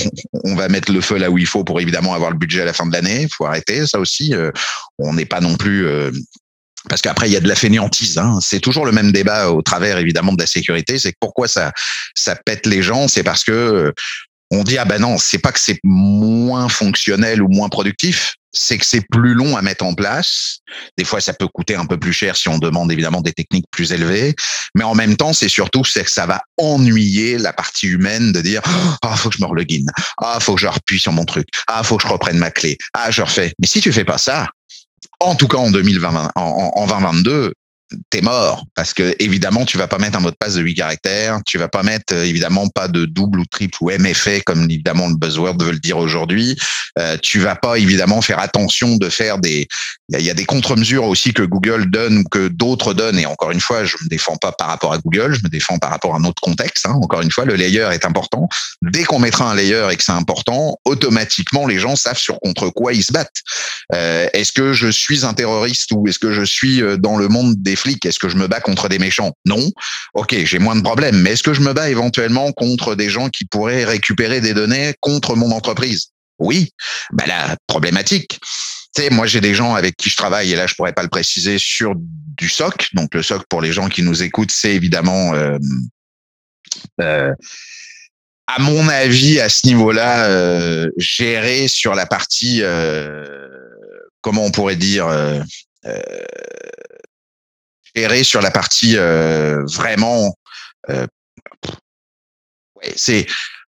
on va mettre le feu là où il faut pour évidemment avoir le budget à la fin de l'année. Il faut arrêter ça aussi. Euh, on n'est pas non plus... Euh, parce qu'après, il y a de la fainéantise. Hein. C'est toujours le même débat au travers, évidemment, de la sécurité. C'est que pourquoi ça, ça pète les gens? C'est parce que on dit, ah ben non, c'est pas que c'est moins fonctionnel ou moins productif, c'est que c'est plus long à mettre en place. Des fois, ça peut coûter un peu plus cher si on demande évidemment des techniques plus élevées. Mais en même temps, c'est surtout c'est que ça va ennuyer la partie humaine de dire, ah, faut que je me relogin. Ah, faut que je appuie sur mon truc. Ah, faut que je reprenne ma clé. Ah, je refais. Mais si tu fais pas ça, en tout cas en deux mille vingt, en, en vingt vingt-deux, t'es mort parce que évidemment tu vas pas mettre un mot de passe de huit caractères, tu vas pas mettre évidemment pas de double ou triple ou M F A comme évidemment le buzzword veut le dire aujourd'hui. Euh, tu vas pas évidemment faire attention de faire des, il y, y a des contre-mesures aussi que Google donne ou que d'autres donnent. Et encore une fois, je me défends pas par rapport à Google, je me défends par rapport à un autre contexte. Hein. Encore une fois, le layer est important. Dès qu'on mettra un layer et que c'est important, automatiquement les gens savent sur contre quoi ils se battent. Euh, est-ce que je suis un terroriste ou est-ce que je suis dans le monde des flics? Est-ce que je me bats contre des méchants? Non. Ok, j'ai moins de problèmes. Mais est-ce que je me bats éventuellement contre des gens qui pourraient récupérer des données contre mon entreprise? Oui. Ben là, problématique. Tu sais, moi, j'ai des gens avec qui je travaille, et là, je pourrais pas le préciser, sur du S O C. Donc, le S O C, pour les gens qui nous écoutent, c'est évidemment, euh, euh, à mon avis, à ce niveau-là, euh, géré sur la partie, euh, comment on pourrait dire, euh, euh, géré sur la partie euh, vraiment, euh, c'est,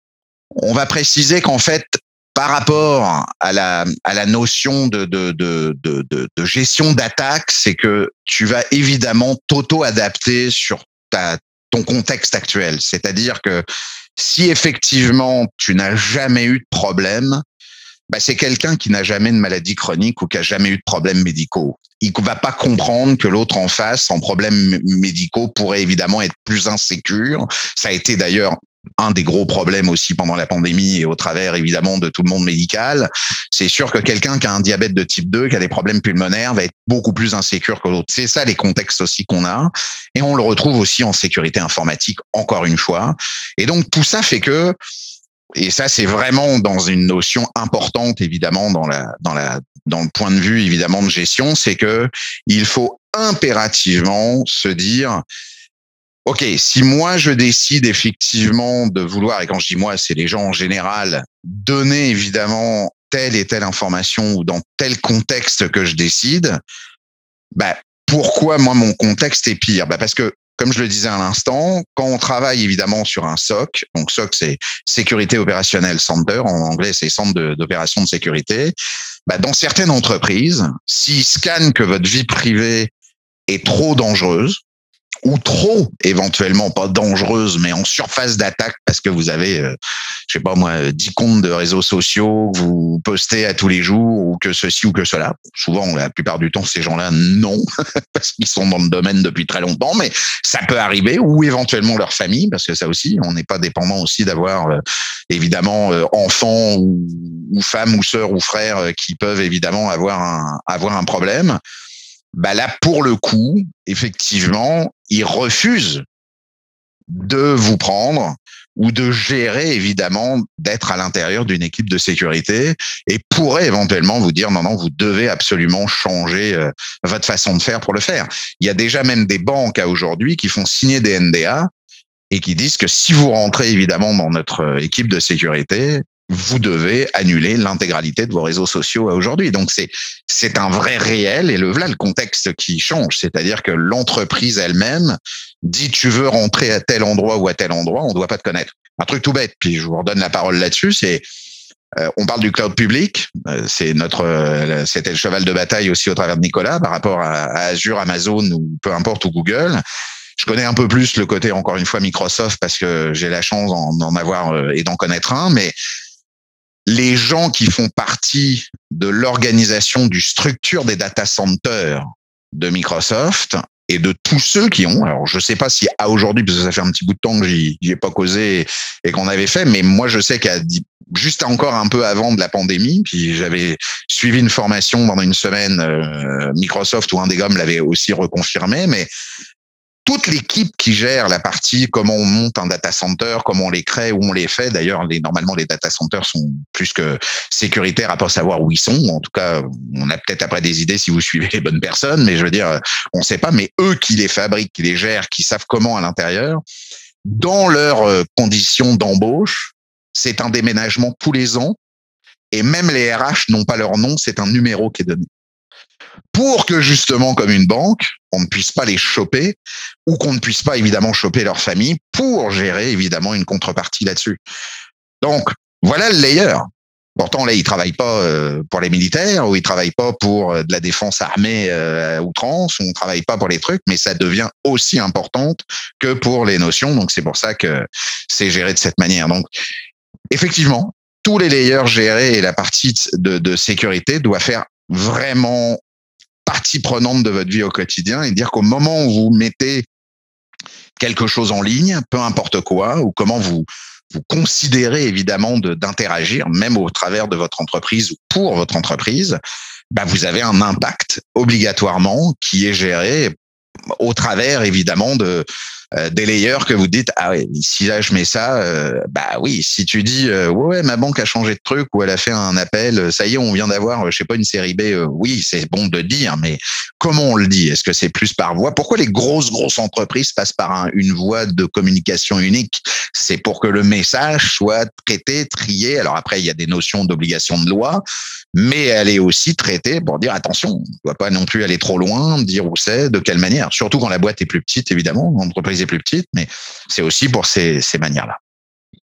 on va préciser qu'en fait, par rapport à la, à la notion de, de, de, de, de, de gestion d'attaque, c'est que tu vas évidemment t'auto-adapter sur ta, ton contexte actuel. C'est-à-dire que si effectivement tu n'as jamais eu de problème, bah, c'est quelqu'un qui n'a jamais de maladie chronique ou qui a jamais eu de problèmes médicaux. Il ne va pas comprendre que l'autre en face, en problèmes médicaux, pourrait évidemment être plus insécure. Ça a été d'ailleurs un des gros problèmes aussi pendant la pandémie et au travers évidemment de tout le monde médical. C'est sûr que quelqu'un qui a un diabète de type deux, qui a des problèmes pulmonaires, va être beaucoup plus insécure que l'autre. C'est ça les contextes aussi qu'on a. Et on le retrouve aussi en sécurité informatique, encore une fois. Et donc tout ça fait que, et ça c'est vraiment dans une notion importante évidemment dans la, dans la, dans le point de vue évidemment de gestion, c'est que il faut impérativement se dire, OK, si moi je décide effectivement de vouloir, et quand je dis moi, c'est les gens en général, donner évidemment telle et telle information ou dans tel contexte que je décide, bah, pourquoi moi mon contexte est pire? Bah, parce que, comme je le disais à l'instant, quand on travaille évidemment sur un S O C, donc S O C c'est Security Operational Center, en anglais c'est Centre de, d'opération de sécurité, bah, dans certaines entreprises, s'ils scannent que votre vie privée est trop dangereuse, ou trop éventuellement pas dangereuse, mais en surface d'attaque parce que vous avez, euh, je sais pas moi, dix comptes de réseaux sociaux que vous postez à tous les jours ou que ceci ou que cela. Souvent, la plupart du temps, ces gens-là, non, parce qu'ils sont dans le domaine depuis très longtemps, mais ça peut arriver, ou éventuellement leur famille, parce que ça aussi, on n'est pas dépendant aussi d'avoir euh, évidemment euh, enfants ou, ou femmes ou sœurs ou frères euh, qui peuvent évidemment avoir un, avoir un problème. Bah là, pour le coup, effectivement, ils refusent de vous prendre ou de gérer, évidemment, d'être à l'intérieur d'une équipe de sécurité et pourraient éventuellement vous dire non, non, vous devez absolument changer euh, votre façon de faire pour le faire. Il y a déjà même des banques à aujourd'hui qui font signer des N D A et qui disent que si vous rentrez évidemment dans notre équipe de sécurité, vous devez annuler l'intégralité de vos réseaux sociaux à aujourd'hui. Donc, c'est, c'est un vrai réel et le, voilà le contexte qui change. C'est-à-dire que l'entreprise elle-même dit tu veux rentrer à tel endroit ou à tel endroit, on ne doit pas te connaître. Un truc tout bête, puis je vous redonne la parole là-dessus, c'est euh, on parle du cloud public, euh, c'est notre, euh, c'était le cheval de bataille aussi au travers de Nicolas par rapport à, à Azure, Amazon ou peu importe, ou Google. Je connais un peu plus le côté, encore une fois, Microsoft parce que j'ai la chance d'en, d'en avoir euh, et d'en connaître un, mais les gens qui font partie de l'organisation du structure des data centers de Microsoft et de tous ceux qui ont, alors je sais pas si à aujourd'hui, parce que ça fait un petit bout de temps que j'y, j'y ai pas causé et qu'on avait fait, mais moi je sais qu'à juste encore un peu avant de la pandémie, puis j'avais suivi une formation pendant une semaine euh, Microsoft où un des gars me l'avait aussi reconfirmé, mais toute l'équipe qui gère la partie comment on monte un data center, comment on les crée, où on les fait. D'ailleurs, les, normalement, les data centers sont plus que sécuritaires à pas savoir où ils sont. En tout cas, on a peut-être après des idées si vous suivez les bonnes personnes, mais je veux dire, on sait pas. Mais eux qui les fabriquent, qui les gèrent, qui savent comment à l'intérieur, dans leurs conditions d'embauche, c'est un déménagement tous les ans. Et même les R H n'ont pas leur nom, c'est un numéro qui est donné. Pour que justement, comme une banque, on ne puisse pas les choper ou qu'on ne puisse pas évidemment choper leur famille pour gérer évidemment une contrepartie là-dessus. Donc, voilà le layer. Pourtant, là, ils travaillent pas euh, pour les militaires ou ils travaillent pas pour euh, de la défense armée euh, à outrance, on travaille pas pour les trucs, mais ça devient aussi importante que pour les notions. Donc, c'est pour ça que c'est géré de cette manière. Donc, effectivement, tous les layers gérés et la partie de, de sécurité doit faire vraiment partie prenante de votre vie au quotidien et dire qu'au moment où vous mettez quelque chose en ligne, peu importe quoi, ou comment vous vous considérez évidemment de, d'interagir, même au travers de votre entreprise ou pour votre entreprise, bah vous avez un impact obligatoirement qui est géré au travers évidemment de euh, des layers que vous dites ah ouais si là je mets ça euh, bah oui si tu dis euh, ouais, ouais ma banque a changé de truc ou elle a fait un appel ça y est on vient d'avoir je sais pas une série B euh, oui c'est bon de dire mais comment on le dit est-ce que c'est plus par voix pourquoi les grosses grosses entreprises passent par un, une voie de communication unique c'est pour que le message soit traité trié alors après il y a des notions d'obligation de loi mais elle est aussi traitée pour dire attention on ne doit pas non plus aller trop loin dire où c'est de quelle manière surtout quand la boîte est plus petite évidemment l'entreprise est plus petite mais c'est aussi pour ces, ces manières-là.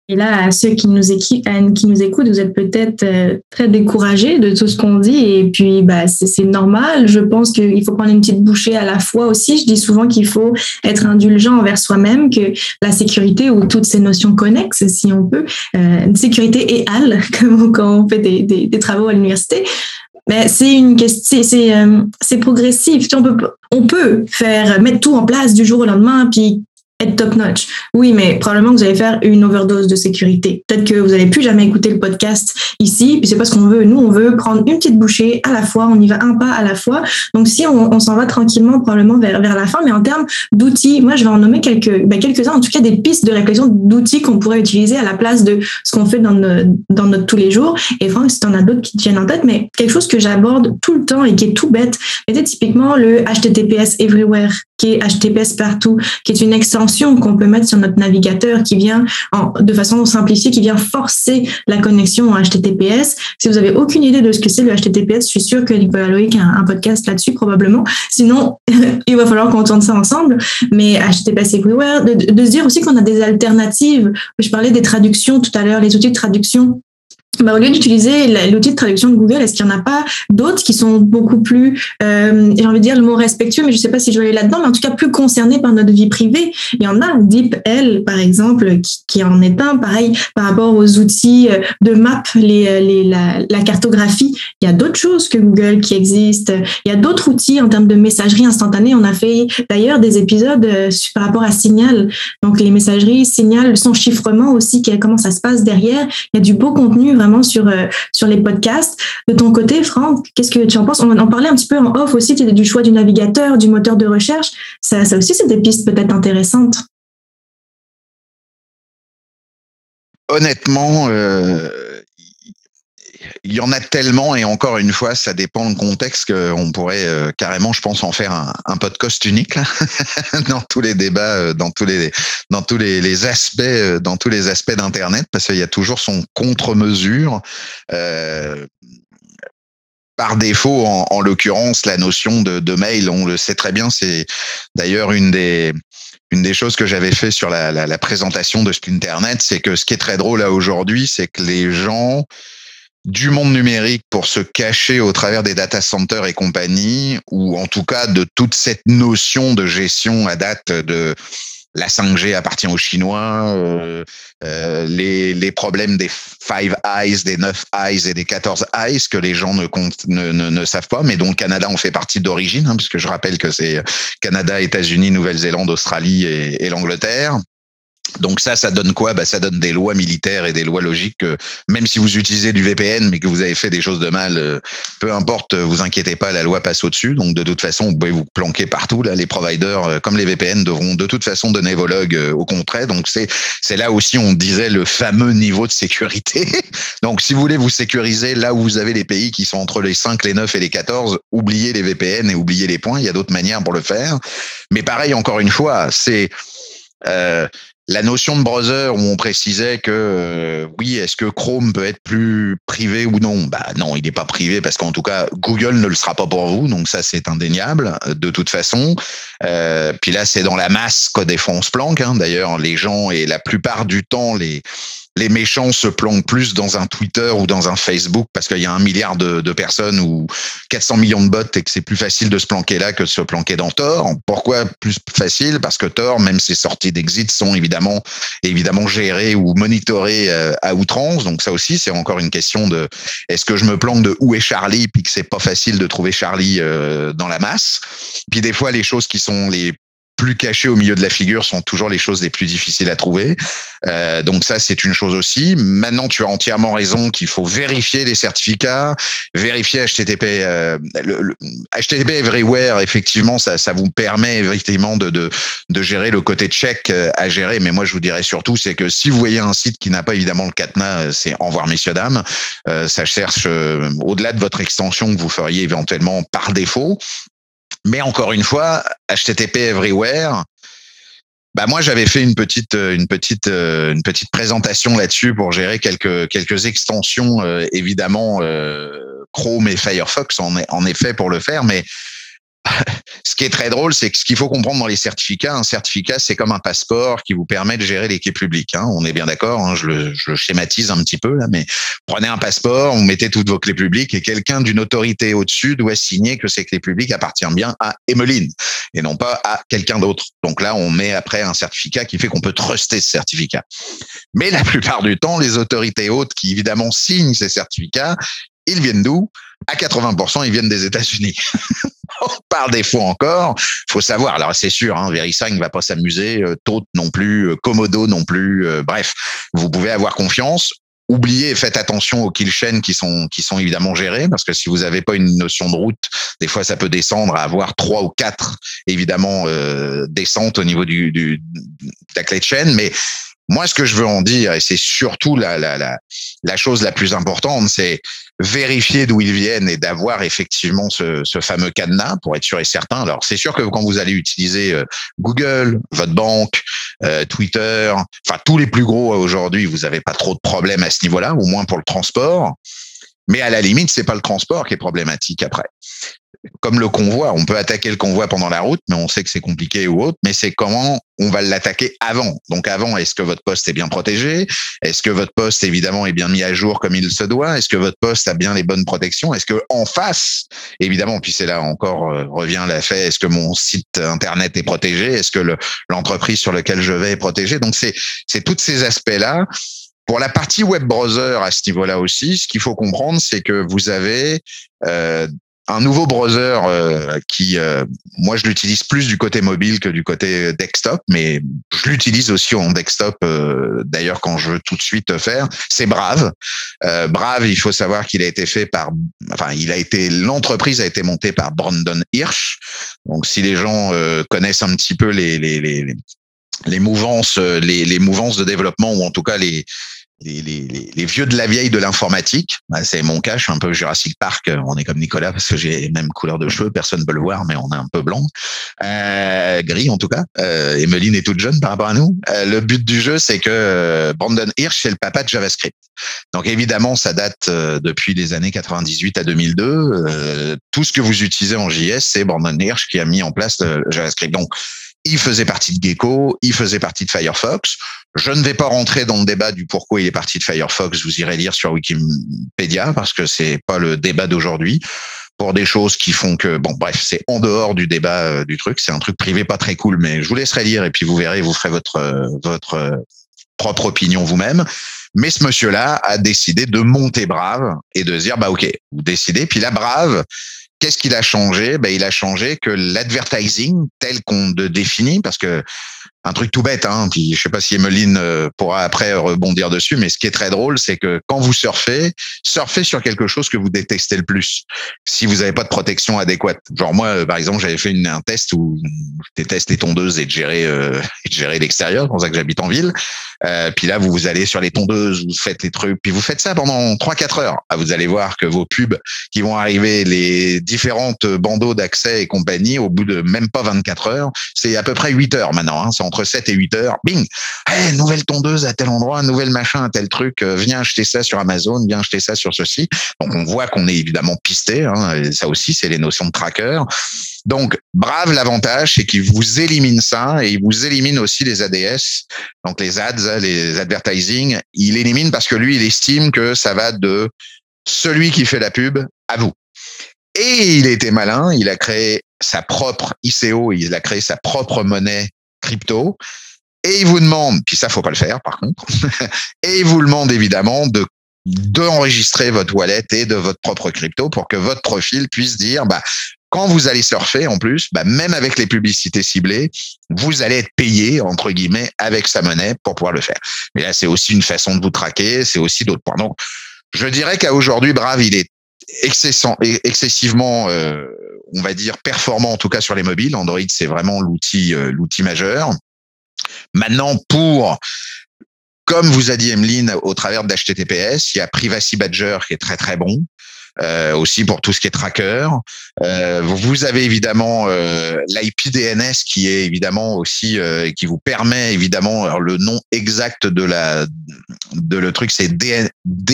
Et là, à ceux qui nous, équi- qui nous écoutent, vous êtes peut-être euh, très découragés de tout ce qu'on dit. Et puis, bah, c'est, c'est normal. Je pense qu'il faut prendre une petite bouchée à la fois aussi. Je dis souvent qu'il faut être indulgent envers soi-même, que la sécurité ou toutes ces notions connexes, si on peut, euh, une sécurité et al, comme quand on fait des, des, des travaux à l'université. Mais c'est une question, c'est, c'est, euh, c'est progressif. On peut, on peut faire, mettre tout en place du jour au lendemain, puis être top notch. Oui, mais probablement que vous allez faire une overdose de sécurité. Peut-être que vous n'allez plus jamais écouter le podcast ici, puis c'est pas ce qu'on veut. Nous, on veut prendre une petite bouchée à la fois, on y va un pas à la fois. Donc, si on, on s'en va tranquillement, probablement vers, vers la fin, mais en termes d'outils, moi, je vais en nommer quelques, ben, quelques-uns, en tout cas des pistes de réflexion d'outils qu'on pourrait utiliser à la place de ce qu'on fait dans, nos, dans notre tous les jours. Et Franck, si tu en as d'autres qui te viennent en tête, mais quelque chose que j'aborde tout le temps et qui est tout bête, c'était typiquement le H T T P S Everywhere, qui est H T T P S partout, qui est une extension qu'on peut mettre sur notre navigateur qui vient, en, de façon simplifiée, qui vient forcer la connexion en H T T P S. Si vous avez aucune idée de ce que c'est le H T T P S, je suis sûre que Nicolas Loïc a un, un podcast là-dessus probablement. Sinon, il va falloir qu'on tourne ça ensemble. Mais H T T P S Everywhere, de, de se dire aussi qu'on a des alternatives. Je parlais des traductions tout à l'heure, les outils de traduction. Bah, au lieu d'utiliser l'outil de traduction de Google, est-ce qu'il n'y en a pas d'autres qui sont beaucoup plus, euh, j'ai envie de dire le mot respectueux, mais je ne sais pas si je vais aller là-dedans, mais en tout cas plus concernés par notre vie privée. Il y en a, DeepL, par exemple, qui, qui en est un, pareil, par rapport aux outils de map, les, les, la, la cartographie. Il y a d'autres choses que Google qui existent. Il y a d'autres outils en termes de messagerie instantanée. On a fait d'ailleurs des épisodes par rapport à Signal. Donc, les messageries, Signal, son chiffrement aussi, comment ça se passe derrière. Il y a du beau contenu, vraiment, sur, euh, sur les podcasts. De ton côté, Franck, qu'est-ce que tu en penses? On en parlait un petit peu en off aussi du choix du navigateur, du moteur de recherche. Ça, ça aussi, c'est des pistes peut-être intéressantes. Honnêtement, euh, il y en a tellement, et encore une fois, ça dépend du contexte, qu'on pourrait euh, carrément, je pense, en faire un, un podcast unique là, dans tous les débats, dans tous les dans tous les, les aspects, dans tous les aspects d'Internet, parce qu'il y a toujours son contre-mesure. Euh, par défaut, en, en l'occurrence, la notion de, de mail, on le sait très bien, c'est d'ailleurs une des Une des choses que j'avais fait sur la, la, la présentation de Splinternet, c'est que ce qui est très drôle là aujourd'hui, c'est que les gens du monde numérique, pour se cacher au travers des data centers et compagnie, ou en tout cas de toute cette notion de gestion à date de la cinq G appartient aux Chinois, euh, euh, les, les problèmes des Five Eyes, des neuf Eyes et des quatorze Eyes que les gens ne, comptent, ne, ne, ne savent pas, mais dont le Canada en fait partie d'origine, hein, puisque je rappelle que c'est Canada, États-Unis, Nouvelle-Zélande, Australie et, et l'Angleterre. Donc ça, ça donne quoi? Bah, ça donne des lois militaires et des lois logiques que même si vous utilisez du V P N, mais que vous avez fait des choses de mal, euh, peu importe, vous inquiétez pas, la loi passe au-dessus. Donc de toute façon, vous pouvez vous planquer partout. Là, les providers, euh, comme les V P N, devront de toute façon donner vos logs euh, au contraire. Donc c'est c'est là aussi, on disait, le fameux niveau de sécurité. Donc si vous voulez vous sécuriser là où vous avez les pays qui sont entre les cinq, les neuf et les quatorze, oubliez les V P N et oubliez les points. Il y a d'autres manières pour le faire. Mais pareil, encore une fois, c'est euh, la notion de browser où on précisait que euh, oui, est-ce que Chrome peut être plus privé ou non? Bah non, il n'est pas privé parce qu'en tout cas Google ne le sera pas pour vous, donc ça c'est indéniable de toute façon. Euh, puis là c'est dans la masse que des fois on se planque. Hein. D'ailleurs les gens et la plupart du temps les les méchants se planquent plus dans un Twitter ou dans un Facebook parce qu'il y a un milliard de, de personnes ou quatre cents millions de bots et que c'est plus facile de se planquer là que de se planquer dans Tor. Pourquoi plus facile? Parce que Tor, même ses sorties d'exit sont évidemment, évidemment gérées ou monitorées à outrance. Donc ça aussi, c'est encore une question de est-ce que je me planque de où est Charlie puis que c'est pas facile de trouver Charlie euh, dans la masse. Puis des fois, les choses qui sont les plus cachées au milieu de la figure sont toujours les choses les plus difficiles à trouver. Euh, donc ça, c'est une chose aussi. Maintenant, tu as entièrement raison qu'il faut vérifier les certificats, vérifier H T T P. Euh, le, le, H T T P Everywhere, effectivement, ça, ça vous permet effectivement de, de, de gérer le côté check à gérer. Mais moi, je vous dirais surtout, c'est que si vous voyez un site qui n'a pas évidemment le cadenas, c'est au revoir, messieurs, dames. Euh, ça cherche euh, au-delà de votre extension que vous feriez éventuellement par défaut. Mais encore une fois, H T T P Everywhere, bah moi j'avais fait une petite une petite une petite présentation là-dessus pour gérer quelques quelques extensions euh, évidemment euh, Chrome et Firefox en en effet pour le faire, mais ce qui est très drôle, c'est que ce qu'il faut comprendre dans les certificats, un certificat, c'est comme un passeport qui vous permet de gérer les clés publiques. Hein. On est bien d'accord, hein, je, le, je le schématise un petit peu là, mais prenez un passeport, vous mettez toutes vos clés publiques et quelqu'un d'une autorité au-dessus doit signer que ces clés publiques appartiennent bien à Emmeline et non pas à quelqu'un d'autre. Donc là, on met après un certificat qui fait qu'on peut truster ce certificat. Mais la plupart du temps, les autorités hautes qui évidemment signent ces certificats, ils viennent d'où? À quatre-vingts pour cent, ils viennent des États-Unis. Par défaut encore, faut savoir. Alors c'est sûr, hein, VeriSign ne va pas s'amuser, euh, Tote non plus, euh, Komodo non plus. Euh, bref, vous pouvez avoir confiance. Oubliez et faites attention aux kill chains qui sont qui sont évidemment gérés, parce que si vous n'avez pas une notion de route, des fois ça peut descendre à avoir trois ou quatre évidemment euh, descentes au niveau du, du de la clé de chaîne. Mais moi, ce que je veux en dire, et c'est surtout la la la la chose la plus importante, c'est vérifier d'où ils viennent et d'avoir effectivement ce, ce fameux cadenas pour être sûr et certain. Alors, c'est sûr que quand vous allez utiliser euh, Google, votre banque, euh, Twitter, enfin tous les plus gros aujourd'hui, vous n'avez pas trop de problèmes à ce niveau-là, au moins pour le transport. Mais à la limite, c'est pas le transport qui est problématique après. Comme le convoi, on peut attaquer le convoi pendant la route, mais on sait que c'est compliqué ou autre, mais c'est comment on va l'attaquer avant. Donc avant, est-ce que votre poste est bien protégé? Est-ce que votre poste, évidemment, est bien mis à jour comme il se doit? Est-ce que votre poste a bien les bonnes protections? Est-ce que en face, évidemment, puis c'est là encore euh, revient la fait, est-ce que mon site internet est protégé? Est-ce que le, l'entreprise sur laquelle je vais est protégée? Donc c'est, c'est tous ces aspects-là. Pour la partie web browser à ce niveau-là aussi, ce qu'il faut comprendre, c'est que vous avez euh, un nouveau browser euh, qui, euh, moi, je l'utilise plus du côté mobile que du côté desktop, mais je l'utilise aussi en desktop, euh, d'ailleurs, quand je veux tout de suite faire, c'est Brave. Euh, Brave, il faut savoir qu'il a été fait par, enfin, il a été, l'entreprise a été montée par Brandon Hirsch. Donc, si les gens euh, connaissent un petit peu les, les, les, les les mouvances, les, les mouvances de développement, ou en tout cas les, les, les, les vieux de la vieille de l'informatique. C'est mon cas, je suis un peu Jurassic Park. On est comme Nicolas parce que j'ai les mêmes couleurs de cheveux. Personne ne peut le voir, mais on est un peu blanc. Euh, gris, en tout cas. Euh, Emmeline est toute jeune par rapport à nous. Euh, le but du jeu, c'est que Brandon Hirsch, c'est le papa de JavaScript. Donc, évidemment, ça date euh, depuis les années quatre-vingt-dix-huit à deux mille deux. Euh, tout ce que vous utilisez en J S, c'est Brandon Hirsch qui a mis en place euh, JavaScript. Donc, il faisait partie de Gecko, il faisait partie de Firefox. Je ne vais pas rentrer dans le débat du pourquoi il est parti de Firefox. Vous irez lire sur Wikipédia parce que c'est pas le débat d'aujourd'hui. Pour des choses qui font que, bon, bref, c'est en dehors du débat euh, du truc. C'est un truc privé pas très cool, mais je vous laisserai lire et puis vous verrez, vous ferez votre euh, votre euh, propre opinion vous-même. Mais ce monsieur-là a décidé de monter Brave et de se dire, bah ok, vous décidez. Puis la Brave, qu'est-ce qu'il a changé? Ben, il a changé que l'advertising tel qu'on le définit, parce que un truc tout bête, hein, puis je sais pas si Emmeline pourra après rebondir dessus, mais ce qui est très drôle, c'est que quand vous surfez, surfez sur quelque chose que vous détestez le plus. Si vous n'avez pas de protection adéquate. Genre moi, par exemple, j'avais fait une, un test où je déteste les tondeuses et de gérer, euh, et de gérer l'extérieur, c'est pour ça que j'habite en ville. Euh, puis là, vous, vous allez sur les tondeuses, vous faites les trucs, puis vous faites ça pendant trois quatre heures. Ah, vous allez voir que vos pubs qui vont arriver, les différentes bandeaux d'accès et compagnie, au bout de même pas vingt-quatre heures, c'est à peu près huit heures maintenant, hein, c'est entre sept et huit heures. Bing! Hey, nouvelle tondeuse à tel endroit, nouvelle machin à tel truc, euh, viens acheter ça sur Amazon, viens acheter ça sur ceci. Donc, on voit qu'on est évidemment pisté, hein, et ça aussi, c'est les notions de tracker. Donc, Brave, l'avantage, c'est qu'il vous élimine ça et il vous élimine aussi les A D S, donc les ads, les advertising. Il élimine parce que lui, il estime que ça va de celui qui fait la pub à vous. Et il était malin, il a créé sa propre I C O, il a créé sa propre monnaie crypto. Et il vous demande, puis ça, faut pas le faire par contre, et il vous demande évidemment de d'enregistrer votre wallet et de votre propre crypto pour que votre profil puisse dire, bah, quand vous allez surfer, en plus, bah, même avec les publicités ciblées, vous allez être payé, entre guillemets, avec sa monnaie pour pouvoir le faire. Mais là, c'est aussi une façon de vous traquer, c'est aussi d'autres points. Donc, je dirais qu'à aujourd'hui, Brave, il est excessant, excessivement, euh, on va dire, performant, en tout cas sur les mobiles. Android, c'est vraiment l'outil, euh, l'outil majeur. Maintenant, pour... Comme vous a dit Emmeline, au travers de l'H T T P S, il y a Privacy Badger qui est très très bon. euh, aussi pour tout ce qui est tracker. Euh, vous avez évidemment euh, l'I P D N S qui est évidemment aussi euh, qui vous permet évidemment, alors le nom exact de la de le truc c'est D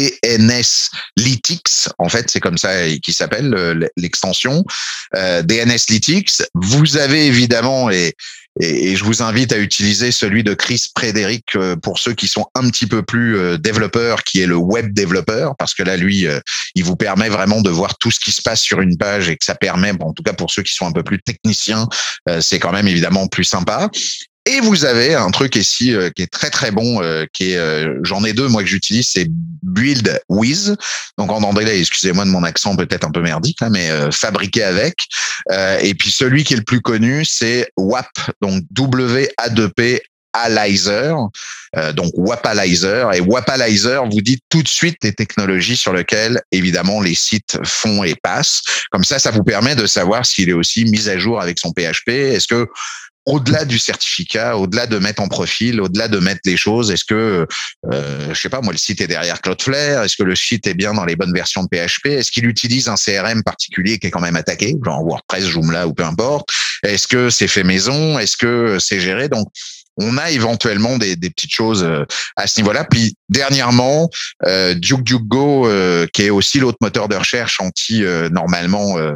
N S Lytics, en fait c'est comme ça qui s'appelle l'extension euh, D N S Lytics. Vous avez évidemment et Et, et je vous invite à utiliser celui de Chris Frederick euh, pour ceux qui sont un petit peu plus euh, développeurs, qui est le web développeur, parce que là, lui, euh, il vous permet vraiment de voir tout ce qui se passe sur une page et que ça permet, bon, en tout cas pour ceux qui sont un peu plus techniciens, euh, c'est quand même évidemment plus sympa. Et vous avez un truc ici euh, qui est très très bon, euh, qui est, euh, j'en ai deux moi que j'utilise, c'est Build With, donc en anglais, excusez-moi de mon accent peut-être un peu merdique là, mais euh, fabriqué avec. Euh, et puis celui qui est le plus connu, c'est W A P, donc W A deux P Analyzer, euh, donc Wapalizer. Et Wapalizer vous dit tout de suite les technologies sur lesquelles évidemment les sites font et passent. Comme ça, ça vous permet de savoir s'il est aussi mis à jour avec son P H P. Est-ce que au-delà du certificat, au-delà de mettre en profil, au-delà de mettre les choses, est-ce que, euh, je sais pas, moi, le site est derrière Cloudflare? Est-ce que le site est bien dans les bonnes versions de P H P? Est-ce qu'il utilise un C R M particulier qui est quand même attaqué, genre WordPress, Joomla ou peu importe? Est-ce que c'est fait maison? Est-ce que c'est géré? Donc, on a éventuellement des, des petites choses à ce niveau-là. Puis dernièrement, euh, DuckDuckGo, euh, qui est aussi l'autre moteur de recherche anti euh, normalement. Euh,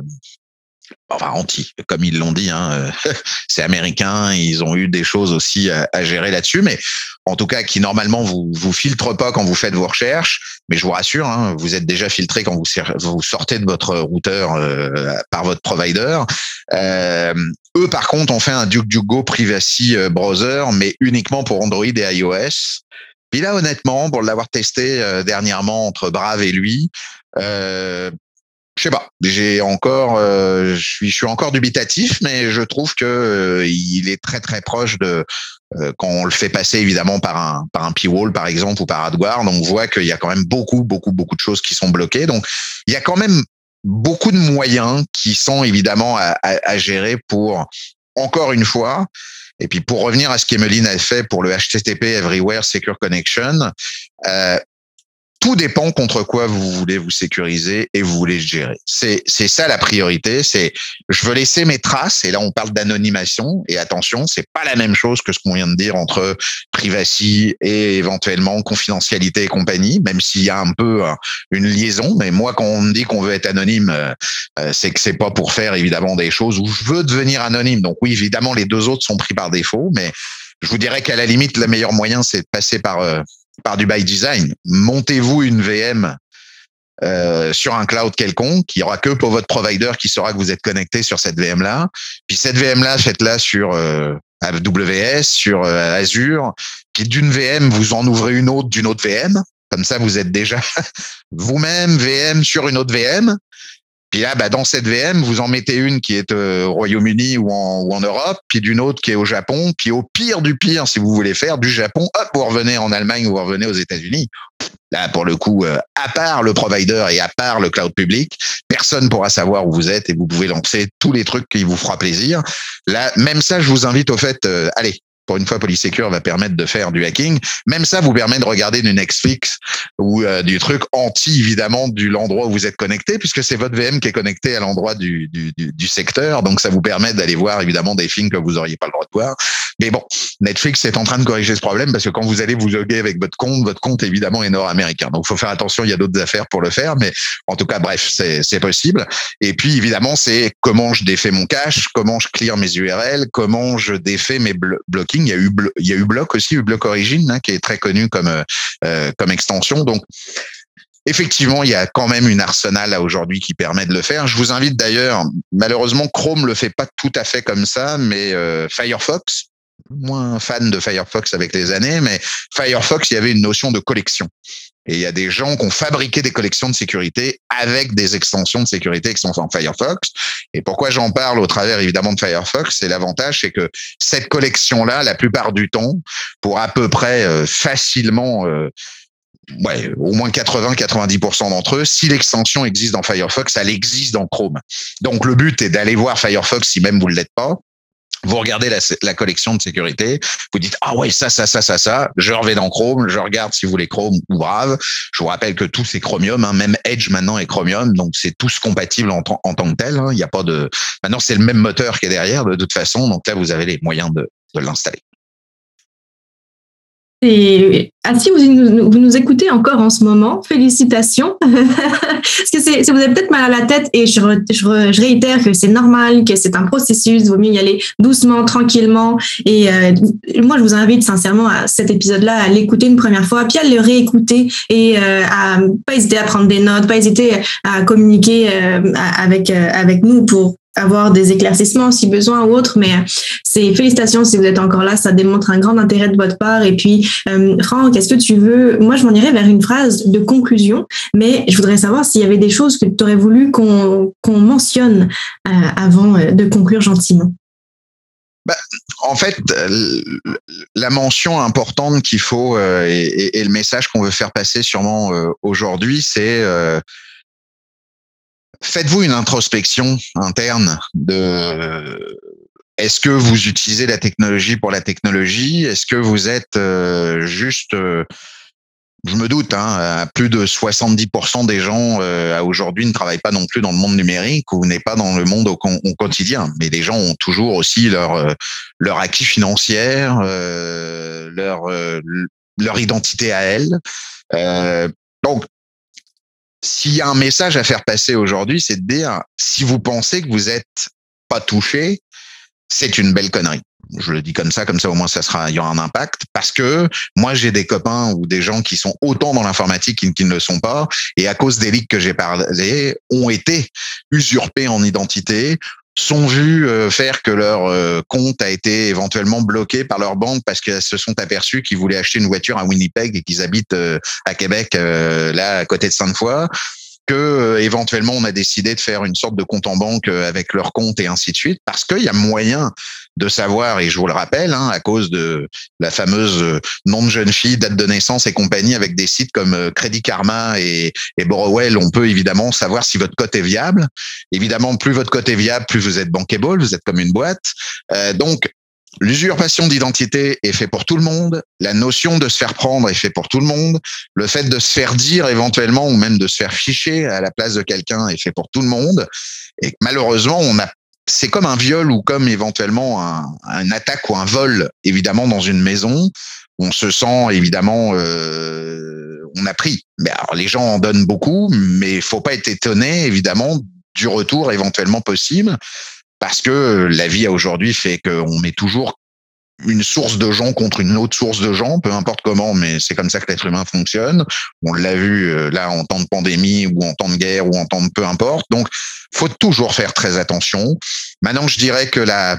Enfin, anti, comme ils l'ont dit, hein, c'est américain, ils ont eu des choses aussi à, à gérer là-dessus, mais en tout cas, qui normalement vous vous filtre pas quand vous faites vos recherches, mais je vous rassure, hein, vous êtes déjà filtré quand vous, vous sortez de votre routeur euh, par votre provider. Euh, eux, par contre, ont fait un DuckDuckGo Privacy Browser, mais uniquement pour Android et iOS. Puis là, honnêtement, pour l'avoir testé euh, dernièrement entre Brave et lui, euh, je sais pas, j'ai encore, euh, je suis, je suis encore dubitatif, mais je trouve que euh, il est très très proche de euh, quand on le fait passer évidemment par un par un P-wall par exemple ou par AdGuard, on voit qu'il y a quand même beaucoup beaucoup beaucoup de choses qui sont bloquées. Donc il y a quand même beaucoup de moyens qui sont évidemment à, à, à gérer pour encore une fois. Et puis pour revenir à ce qu'Emeline a fait pour le H T T P Everywhere Secure Connection. Euh, Tout dépend contre quoi vous voulez vous sécuriser et vous voulez gérer. C'est c'est ça la priorité. C'est je veux laisser mes traces et là on parle d'anonymation et attention, c'est pas la même chose que ce qu'on vient de dire entre privacy et éventuellement confidentialité et compagnie, même s'il y a un peu une liaison. Mais moi quand on me dit qu'on veut être anonyme, euh, c'est que c'est pas pour faire évidemment des choses où je veux devenir anonyme. Donc oui, évidemment les deux autres sont pris par défaut, mais je vous dirais qu'à la limite le meilleur moyen c'est de passer par euh, par du by design. Montez-vous une V M euh, sur un cloud quelconque, il n'y aura que pour votre provider qui saura que vous êtes connecté sur cette V M-là. Puis cette V M-là, faites-la sur euh, A W S, sur euh, Azure. Puis d'une V M, vous en ouvrez une autre d'une autre V M. Comme ça, vous êtes déjà vous-même V M sur une autre V M. Puis là, bah, dans cette V M, vous en mettez une qui est euh, au Royaume-Uni ou en, ou en Europe, puis d'une autre qui est au Japon, puis au pire du pire, si vous voulez faire du Japon, hop, vous revenez en Allemagne ou vous revenez aux États-Unis. Là, pour le coup, euh, à part le provider et à part le cloud public, personne pourra savoir où vous êtes et vous pouvez lancer tous les trucs qui vous fera plaisir. Là, même ça, je vous invite au fait, euh, allez, pour une fois, Polysecure va permettre de faire du hacking. Même ça vous permet de regarder du Netflix ou euh, du truc anti, évidemment, de l'endroit où vous êtes connecté, puisque c'est votre V M qui est connectée à l'endroit du, du, du, du secteur. Donc, ça vous permet d'aller voir, évidemment, des films que vous auriez pas le droit de voir. Mais bon, Netflix est en train de corriger ce problème parce que quand vous allez vous loguer avec votre compte, votre compte, évidemment, est nord-américain. Donc, il faut faire attention. Il y a d'autres affaires pour le faire. Mais en tout cas, bref, c'est, c'est possible. Et puis, évidemment, c'est comment je défais mon cache, comment je clear mes U R L, comment je défais mes blo- blockings. Il y a eu, il y a eu Block aussi, eu Block Origin, hein, qui est très connu comme, euh, comme extension. Donc, effectivement, il y a quand même une arsenal là aujourd'hui qui permet de le faire. Je vous invite d'ailleurs, malheureusement, Chrome le fait pas tout à fait comme ça, mais euh, Firefox, moins fan de Firefox avec les années, mais Firefox, il y avait une notion de collection. Et il y a des gens qui ont fabriqué des collections de sécurité avec des extensions de sécurité qui sont en Firefox. Et pourquoi j'en parle au travers évidemment de Firefox, c'est l'avantage, c'est que cette collection-là, la plupart du temps, pour à peu près euh, facilement, euh, ouais, au moins quatre-vingts à quatre-vingt-dix pour cent d'entre eux, si l'extension existe dans Firefox, elle existe dans Chrome. Donc le but est d'aller voir Firefox si même vous ne l'êtes pas. Vous regardez la, la collection de sécurité, vous dites ah ouais ça ça ça ça ça. Je reviens dans Chrome, je regarde si vous voulez Chrome ou Brave. Je vous rappelle que tout c'est Chromium, hein, même Edge maintenant est Chromium, donc c'est tous compatibles en, en tant que tel. Il hein. n'y a pas de. Maintenant c'est le même moteur qui est derrière de toute façon, donc là vous avez les moyens de, de l'installer. Et ah, si vous, vous nous écoutez encore en ce moment, félicitations. Parce que c'est, c'est, vous avez peut-être mal à la tête et je, re, je, re, je réitère que c'est normal, que c'est un processus, il vaut mieux y aller doucement, tranquillement. Et euh, moi, je vous invite sincèrement à cet épisode-là à l'écouter une première fois, puis à le réécouter et euh, à pas hésiter à prendre des notes, pas hésiter à communiquer euh, avec, euh, avec nous pour avoir des éclaircissements si besoin ou autre, mais c'est félicitations si vous êtes encore là, ça démontre un grand intérêt de votre part. Et puis, euh, Franck, est-ce que tu veux, moi je m'en irais vers une phrase de conclusion, mais je voudrais savoir s'il y avait des choses que tu aurais voulu qu'on, qu'on mentionne euh, avant de conclure gentiment. Bah, en fait, la mention importante qu'il faut euh, et, et le message qu'on veut faire passer sûrement euh, aujourd'hui, c'est euh, faites-vous une introspection interne de est-ce que vous utilisez la technologie pour la technologie? Est-ce que vous êtes euh, juste, euh, je me doute, hein, à plus de soixante-dix pour cent des gens euh, aujourd'hui ne travaillent pas non plus dans le monde numérique ou n'est pas dans le monde au, au quotidien. Mais les gens ont toujours aussi leur euh, leur acquis financier, euh, leur euh, leur identité à elles. Euh, donc s'il y a un message à faire passer aujourd'hui, c'est de dire, si vous pensez que vous êtes pas touché, c'est une belle connerie. Je le dis comme ça, comme ça au moins ça sera, il y aura un impact. Parce que moi j'ai des copains ou des gens qui sont autant dans l'informatique qui, qui ne le sont pas, et à cause des leaks que j'ai parlé, ont été usurpés en identité, sont vus faire que leur compte a été éventuellement bloqué par leur banque parce qu'elles se sont aperçus qu'ils voulaient acheter une voiture à Winnipeg et qu'ils habitent à Québec, là à côté de Sainte-Foy, que éventuellement on a décidé de faire une sorte de compte en banque avec leur compte et ainsi de suite, parce qu'il y a moyen de savoir, et je vous le rappelle, hein, à cause de la fameuse nom de jeune fille, date de naissance et compagnie, avec des sites comme Credit Karma et, et Borrowell, on peut évidemment savoir si votre cote est viable. Évidemment, plus votre cote est viable, plus vous êtes bankable, vous êtes comme une boîte. Euh, donc, l'usurpation d'identité est fait pour tout le monde. La notion de se faire prendre est fait pour tout le monde. Le fait de se faire dire éventuellement, ou même de se faire ficher à la place de quelqu'un est fait pour tout le monde. Et malheureusement, on a c'est comme un viol ou comme éventuellement un, un attaque ou un vol, évidemment, dans une maison. On se sent, évidemment, euh, on a pris. Mais alors, les gens en donnent beaucoup, mais il faut pas être étonné, évidemment, du retour éventuellement possible, parce que la vie aujourd'hui fait qu'on met toujours une source de gens contre une autre source de gens, peu importe comment, mais c'est comme ça que l'être humain fonctionne. On l'a vu là en temps de pandémie ou en temps de guerre ou en temps de peu importe. Donc, faut toujours faire très attention. Maintenant, je dirais que la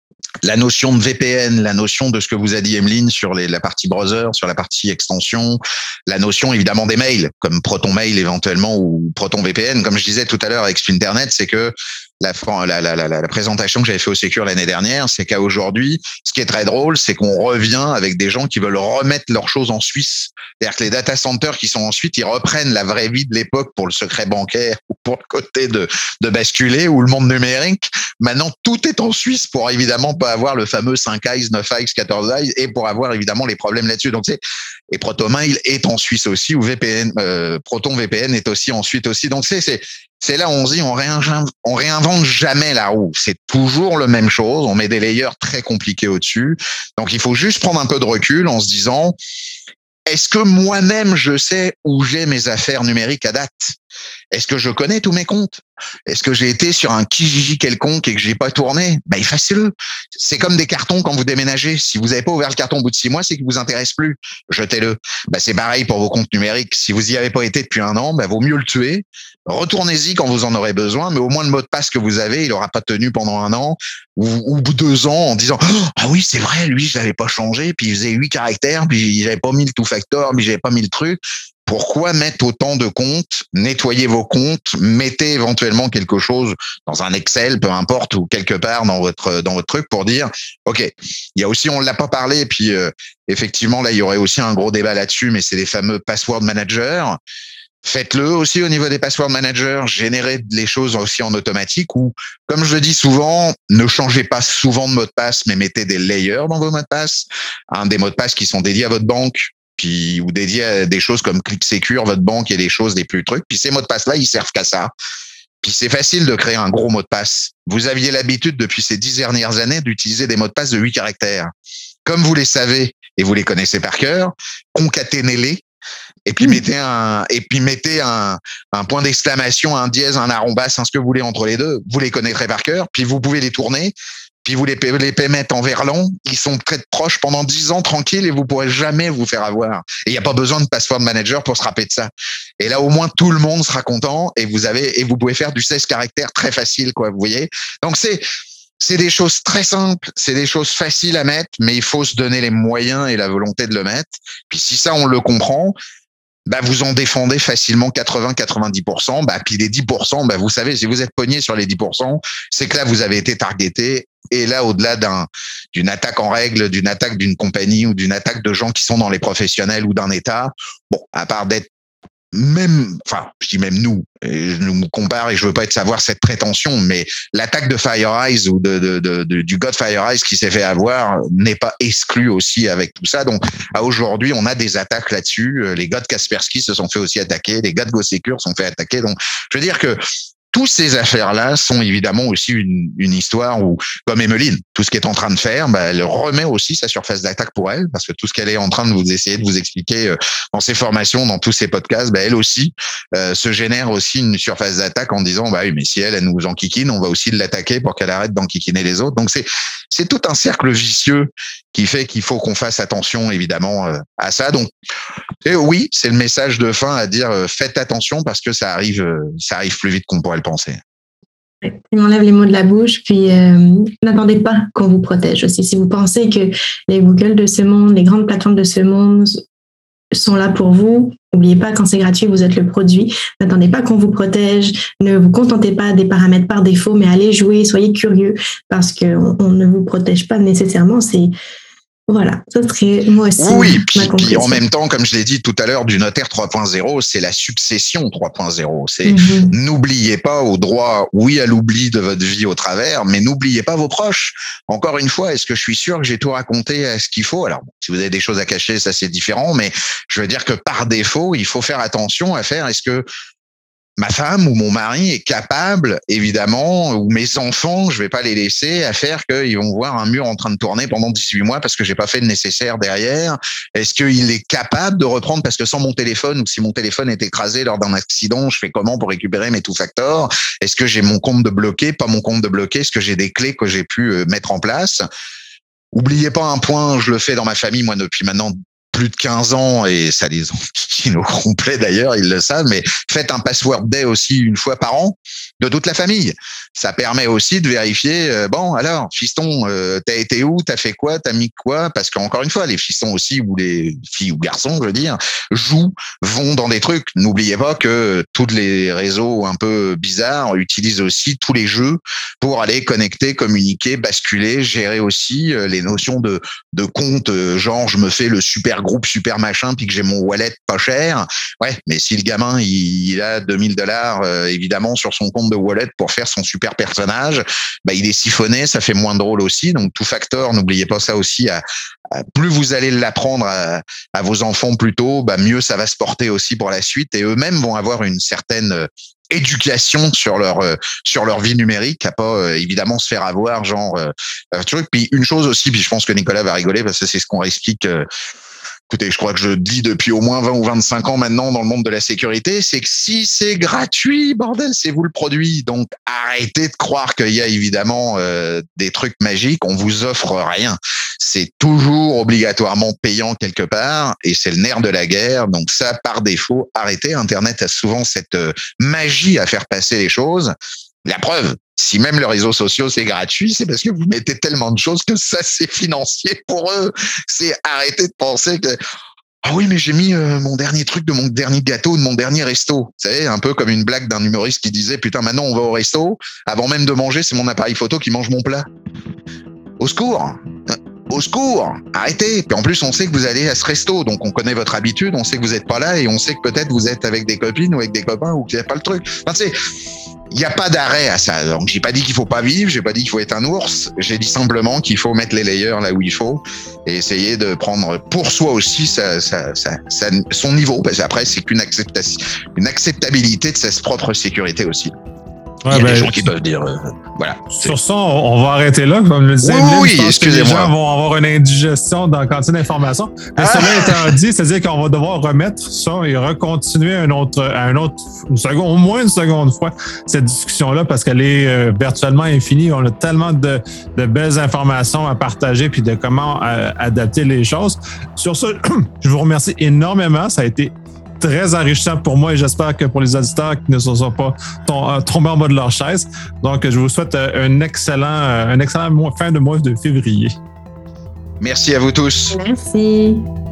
la notion de V P N, la notion de ce que vous a dit Emeline sur les, la partie browser, sur la partie extension, la notion évidemment des mails, comme Proton Mail éventuellement ou Proton V P N, comme je disais tout à l'heure avec Spinternet, c'est que la, la, la, la, la présentation que j'avais fait au Secure l'année dernière, c'est qu'à aujourd'hui, ce qui est très drôle, c'est qu'on revient avec des gens qui veulent remettre leurs choses en Suisse. C'est-à-dire que les data centers qui sont en Suisse, ils reprennent la vraie vie de l'époque pour le secret bancaire ou pour le côté de, de basculer ou le monde numérique. Maintenant, tout est en Suisse pour évidemment pas avoir le fameux cinq eyes, neuf eyes, quatorze eyes et pour avoir évidemment les problèmes là-dessus. Donc, c'est, et ProtonMail est en Suisse aussi, ou V P N, euh, Proton V P N est aussi en Suisse aussi. Donc, c'est, c'est, c'est là où on se dit, on réinvente, on réinvente jamais la roue. C'est toujours la même chose. On met des layers très compliqués au-dessus. Donc, il faut juste prendre un peu de recul en se disant, est-ce que moi-même, je sais où j'ai mes affaires numériques à date? Est-ce que je connais tous mes comptes? Est-ce que j'ai été sur un Kijiji quelconque et que j'ai pas tourné? Ben, effacez-le. C'est comme des cartons quand vous déménagez. Si vous n'avez pas ouvert le carton au bout de six mois, c'est qu'il vous intéresse plus. Jetez-le. Ben, c'est pareil pour vos comptes numériques. Si vous y avez pas été depuis un an, ben, vaut mieux le tuer. Retournez-y quand vous en aurez besoin, mais au moins le mot de passe que vous avez, il aura pas tenu pendant un an ou, ou deux ans en disant oh, ah oui, c'est vrai, lui, je l'avais pas changé, puis il faisait huit caractères, puis j'avais pas mis le two factor, puis j'avais pas mis le truc. Pourquoi mettre autant de comptes? Nettoyez vos comptes, mettez éventuellement quelque chose dans un Excel, peu importe, ou quelque part dans votre dans votre truc pour dire, ok. Il y a aussi, on l'a pas parlé, et puis euh, effectivement là, il y aurait aussi un gros débat là-dessus, mais c'est les fameux password managers. Faites-le aussi au niveau des password managers, générez les choses aussi en automatique ou, comme je le dis souvent, ne changez pas souvent de mot de passe, mais mettez des layers dans vos mots de passe, hein, des mots de passe qui sont dédiés à votre banque, puis ou dédiés à des choses comme ClickSecure, votre banque et des choses des plus trucs. Puis ces mots de passe-là, ils servent qu'à ça. Puis c'est facile de créer un gros mot de passe. Vous aviez l'habitude depuis ces dix dernières années d'utiliser des mots de passe de huit caractères. Comme vous les savez et vous les connaissez par cœur, concaténez-les. Et puis mettez un, et puis mettez un, un point d'exclamation, un dièse, un arrobas, un ce que vous voulez entre les deux. Vous les connaîtrez par cœur. Puis vous pouvez les tourner. Puis vous les, les mettre en verlan. Ils sont très proches pendant dix ans tranquilles et vous pourrez jamais vous faire avoir. Et il n'y a pas besoin de password manager pour se rappeler de ça. Et là, au moins, tout le monde sera content et vous avez, et vous pouvez faire du seize caractères très facile, quoi. Vous voyez? Donc c'est, c'est des choses très simples. C'est des choses faciles à mettre, mais il faut se donner les moyens et la volonté de le mettre. Puis si ça, on le comprend, bah, vous en défendez facilement quatre-vingts à quatre-vingt-dix pour cent. Bah, puis les dix pour cent, bah, vous savez, si vous êtes pogné sur les dix pour cent, c'est que là, vous avez été targeté. Et là, au-delà d'un, d'une attaque en règle, d'une attaque d'une compagnie ou d'une attaque de gens qui sont dans les professionnels ou d'un État, bon, à part d'être même, enfin, je dis même nous, et je nous compare et je veux pas être savoir cette prétention, mais l'attaque de FireEye ou de, de, de, de du God FireEye qui s'est fait avoir n'est pas exclu aussi avec tout ça. Donc, à aujourd'hui, on a des attaques là-dessus. Les gars de Kaspersky se sont fait aussi attaquer, les gars de GoSecure sont fait attaquer. Donc, je veux dire que toutes ces affaires-là sont évidemment aussi une, une histoire où, comme Emeline, tout ce qu'elle est en train de faire, bah, elle remet aussi sa surface d'attaque pour elle, parce que tout ce qu'elle est en train de vous essayer de vous expliquer euh, dans ses formations, dans tous ses podcasts, bah, elle aussi euh, se génère aussi une surface d'attaque en disant, bah oui, mais si elle, elle nous enquiquine, on va aussi l'attaquer pour qu'elle arrête d'enquiquiner les autres. Donc c'est c'est tout un cercle vicieux qui fait qu'il faut qu'on fasse attention évidemment euh, à ça. Donc et oui, c'est le message de fin à dire euh, faites attention parce que ça arrive, euh, ça arrive plus vite qu'on pourrait le penser. Il m'enlève les mots de la bouche, puis euh, n'attendez pas qu'on vous protège aussi. Si vous pensez que les Google de ce monde, les grandes plateformes de ce monde sont là pour vous, n'oubliez pas, quand c'est gratuit, vous êtes le produit. N'attendez pas qu'on vous protège, ne vous contentez pas des paramètres par défaut, mais allez jouer, soyez curieux, parce qu'on on ne vous protège pas nécessairement. C'est Voilà, ça serait moi aussi. Oui, puis, puis en même temps, comme je l'ai dit tout à l'heure, du notaire trois point zéro, c'est la succession trois point zéro. C'est mm-hmm. N'oubliez pas au droit, oui à l'oubli de votre vie au travers, mais n'oubliez pas vos proches. Encore une fois, est-ce que je suis sûr que j'ai tout raconté à ce qu'il faut? Alors, si vous avez des choses à cacher, ça c'est différent, mais je veux dire que par défaut, il faut faire attention à faire. Est-ce que ma femme ou mon mari est capable, évidemment, ou mes enfants, je vais pas les laisser à faire qu'ils vont voir un mur en train de tourner pendant dix-huit mois parce que j'ai pas fait le nécessaire derrière. Est-ce qu'il est capable de reprendre parce que sans mon téléphone ou si mon téléphone est écrasé lors d'un accident, je fais comment pour récupérer mes two-factor? Est-ce que j'ai mon compte de bloqué, pas mon compte de bloqué? Est-ce que j'ai des clés que j'ai pu mettre en place? Oubliez pas un point, je le fais dans ma famille, moi, depuis maintenant plus de quinze ans, et ça les enquiquine au complet d'ailleurs, ils le savent, mais faites un password day aussi une fois par an de toute la famille. Ça permet aussi de vérifier, euh, bon alors, fiston, euh, t'as été où, t'as fait quoi, t'as mis quoi, parce qu'encore une fois, les fistons aussi, ou les filles ou garçons, je veux dire, jouent, vont dans des trucs. N'oubliez pas que tous les réseaux un peu bizarres utilisent aussi tous les jeux pour aller connecter, communiquer, basculer, gérer aussi euh, les notions de, de compte, euh, genre je me fais le super groupe super machin puis que j'ai mon wallet pas cher, ouais, mais si le gamin il, il a deux mille dollars euh, évidemment sur son compte de wallet pour faire son super personnage, bah il est siphonné, ça fait moins drôle aussi. Donc tout factor, n'oubliez pas ça aussi. À, à, plus vous allez l'apprendre à, à vos enfants plus tôt, bah mieux ça va se porter aussi pour la suite, et eux-mêmes vont avoir une certaine euh, éducation sur leur euh, sur leur vie numérique, à pas euh, évidemment se faire avoir genre euh, truc. Puis une chose aussi, puis je pense que Nicolas va rigoler parce que c'est ce qu'on explique. Euh, Écoutez, je crois que je le dis depuis au moins vingt ou vingt-cinq ans maintenant dans le monde de la sécurité, c'est que si c'est gratuit, bordel, c'est vous le produit. Donc, arrêtez de croire qu'il y a évidemment euh, des trucs magiques. On vous offre rien. C'est toujours obligatoirement payant quelque part et c'est le nerf de la guerre. Donc ça, par défaut, arrêtez. Internet a souvent cette euh, magie à faire passer les choses. La preuve, si même les réseaux sociaux c'est gratuit, c'est parce que vous mettez tellement de choses que ça c'est financier pour eux. C'est arrêter de penser que ah oui mais j'ai mis euh, mon dernier truc de mon dernier gâteau, de mon dernier resto. Vous savez, un peu comme une blague d'un humoriste qui disait putain maintenant on va au resto, avant même de manger c'est mon appareil photo qui mange mon plat. Au secours. au secours, arrêtez. Puis en plus, on sait que vous allez à ce resto, donc on connaît votre habitude, on sait que vous n'êtes pas là et on sait que peut-être vous êtes avec des copines ou avec des copains ou qu'il n'y a pas le truc. Enfin, tu sais, il n'y a pas d'arrêt à ça. Donc, j'ai pas dit qu'il faut pas vivre, j'ai pas dit qu'il faut être un ours. J'ai dit simplement qu'il faut mettre les layers là où il faut et essayer de prendre pour soi aussi sa, sa, sa, sa, son niveau. Parce qu'après, c'est qu'une acceptation, une acceptabilité de sa propre sécurité aussi. Ouais, il y a ben, des gens qui peuvent dire, euh, voilà. Sur ça, on, on va arrêter là, comme le disait oui, Emeline, oui, je pense excusez-moi. Que les gens vont avoir une indigestion dans la quantité d'informations. Mais ah. Cela étant dit, c'est-à-dire qu'on va devoir remettre ça et recontinuer un autre, à un autre, une seconde, au moins une seconde fois, cette discussion-là, parce qu'elle est euh, virtuellement infinie. On a tellement de, de belles informations à partager puis de comment euh, adapter les choses. Sur ça, je vous remercie énormément. Ça a été très enrichissant pour moi et j'espère que pour les auditeurs qui ne se sont pas tombés en bas de leur chaise. Donc, je vous souhaite un excellent, un excellent mois, fin de mois de février. Merci à vous tous. Merci.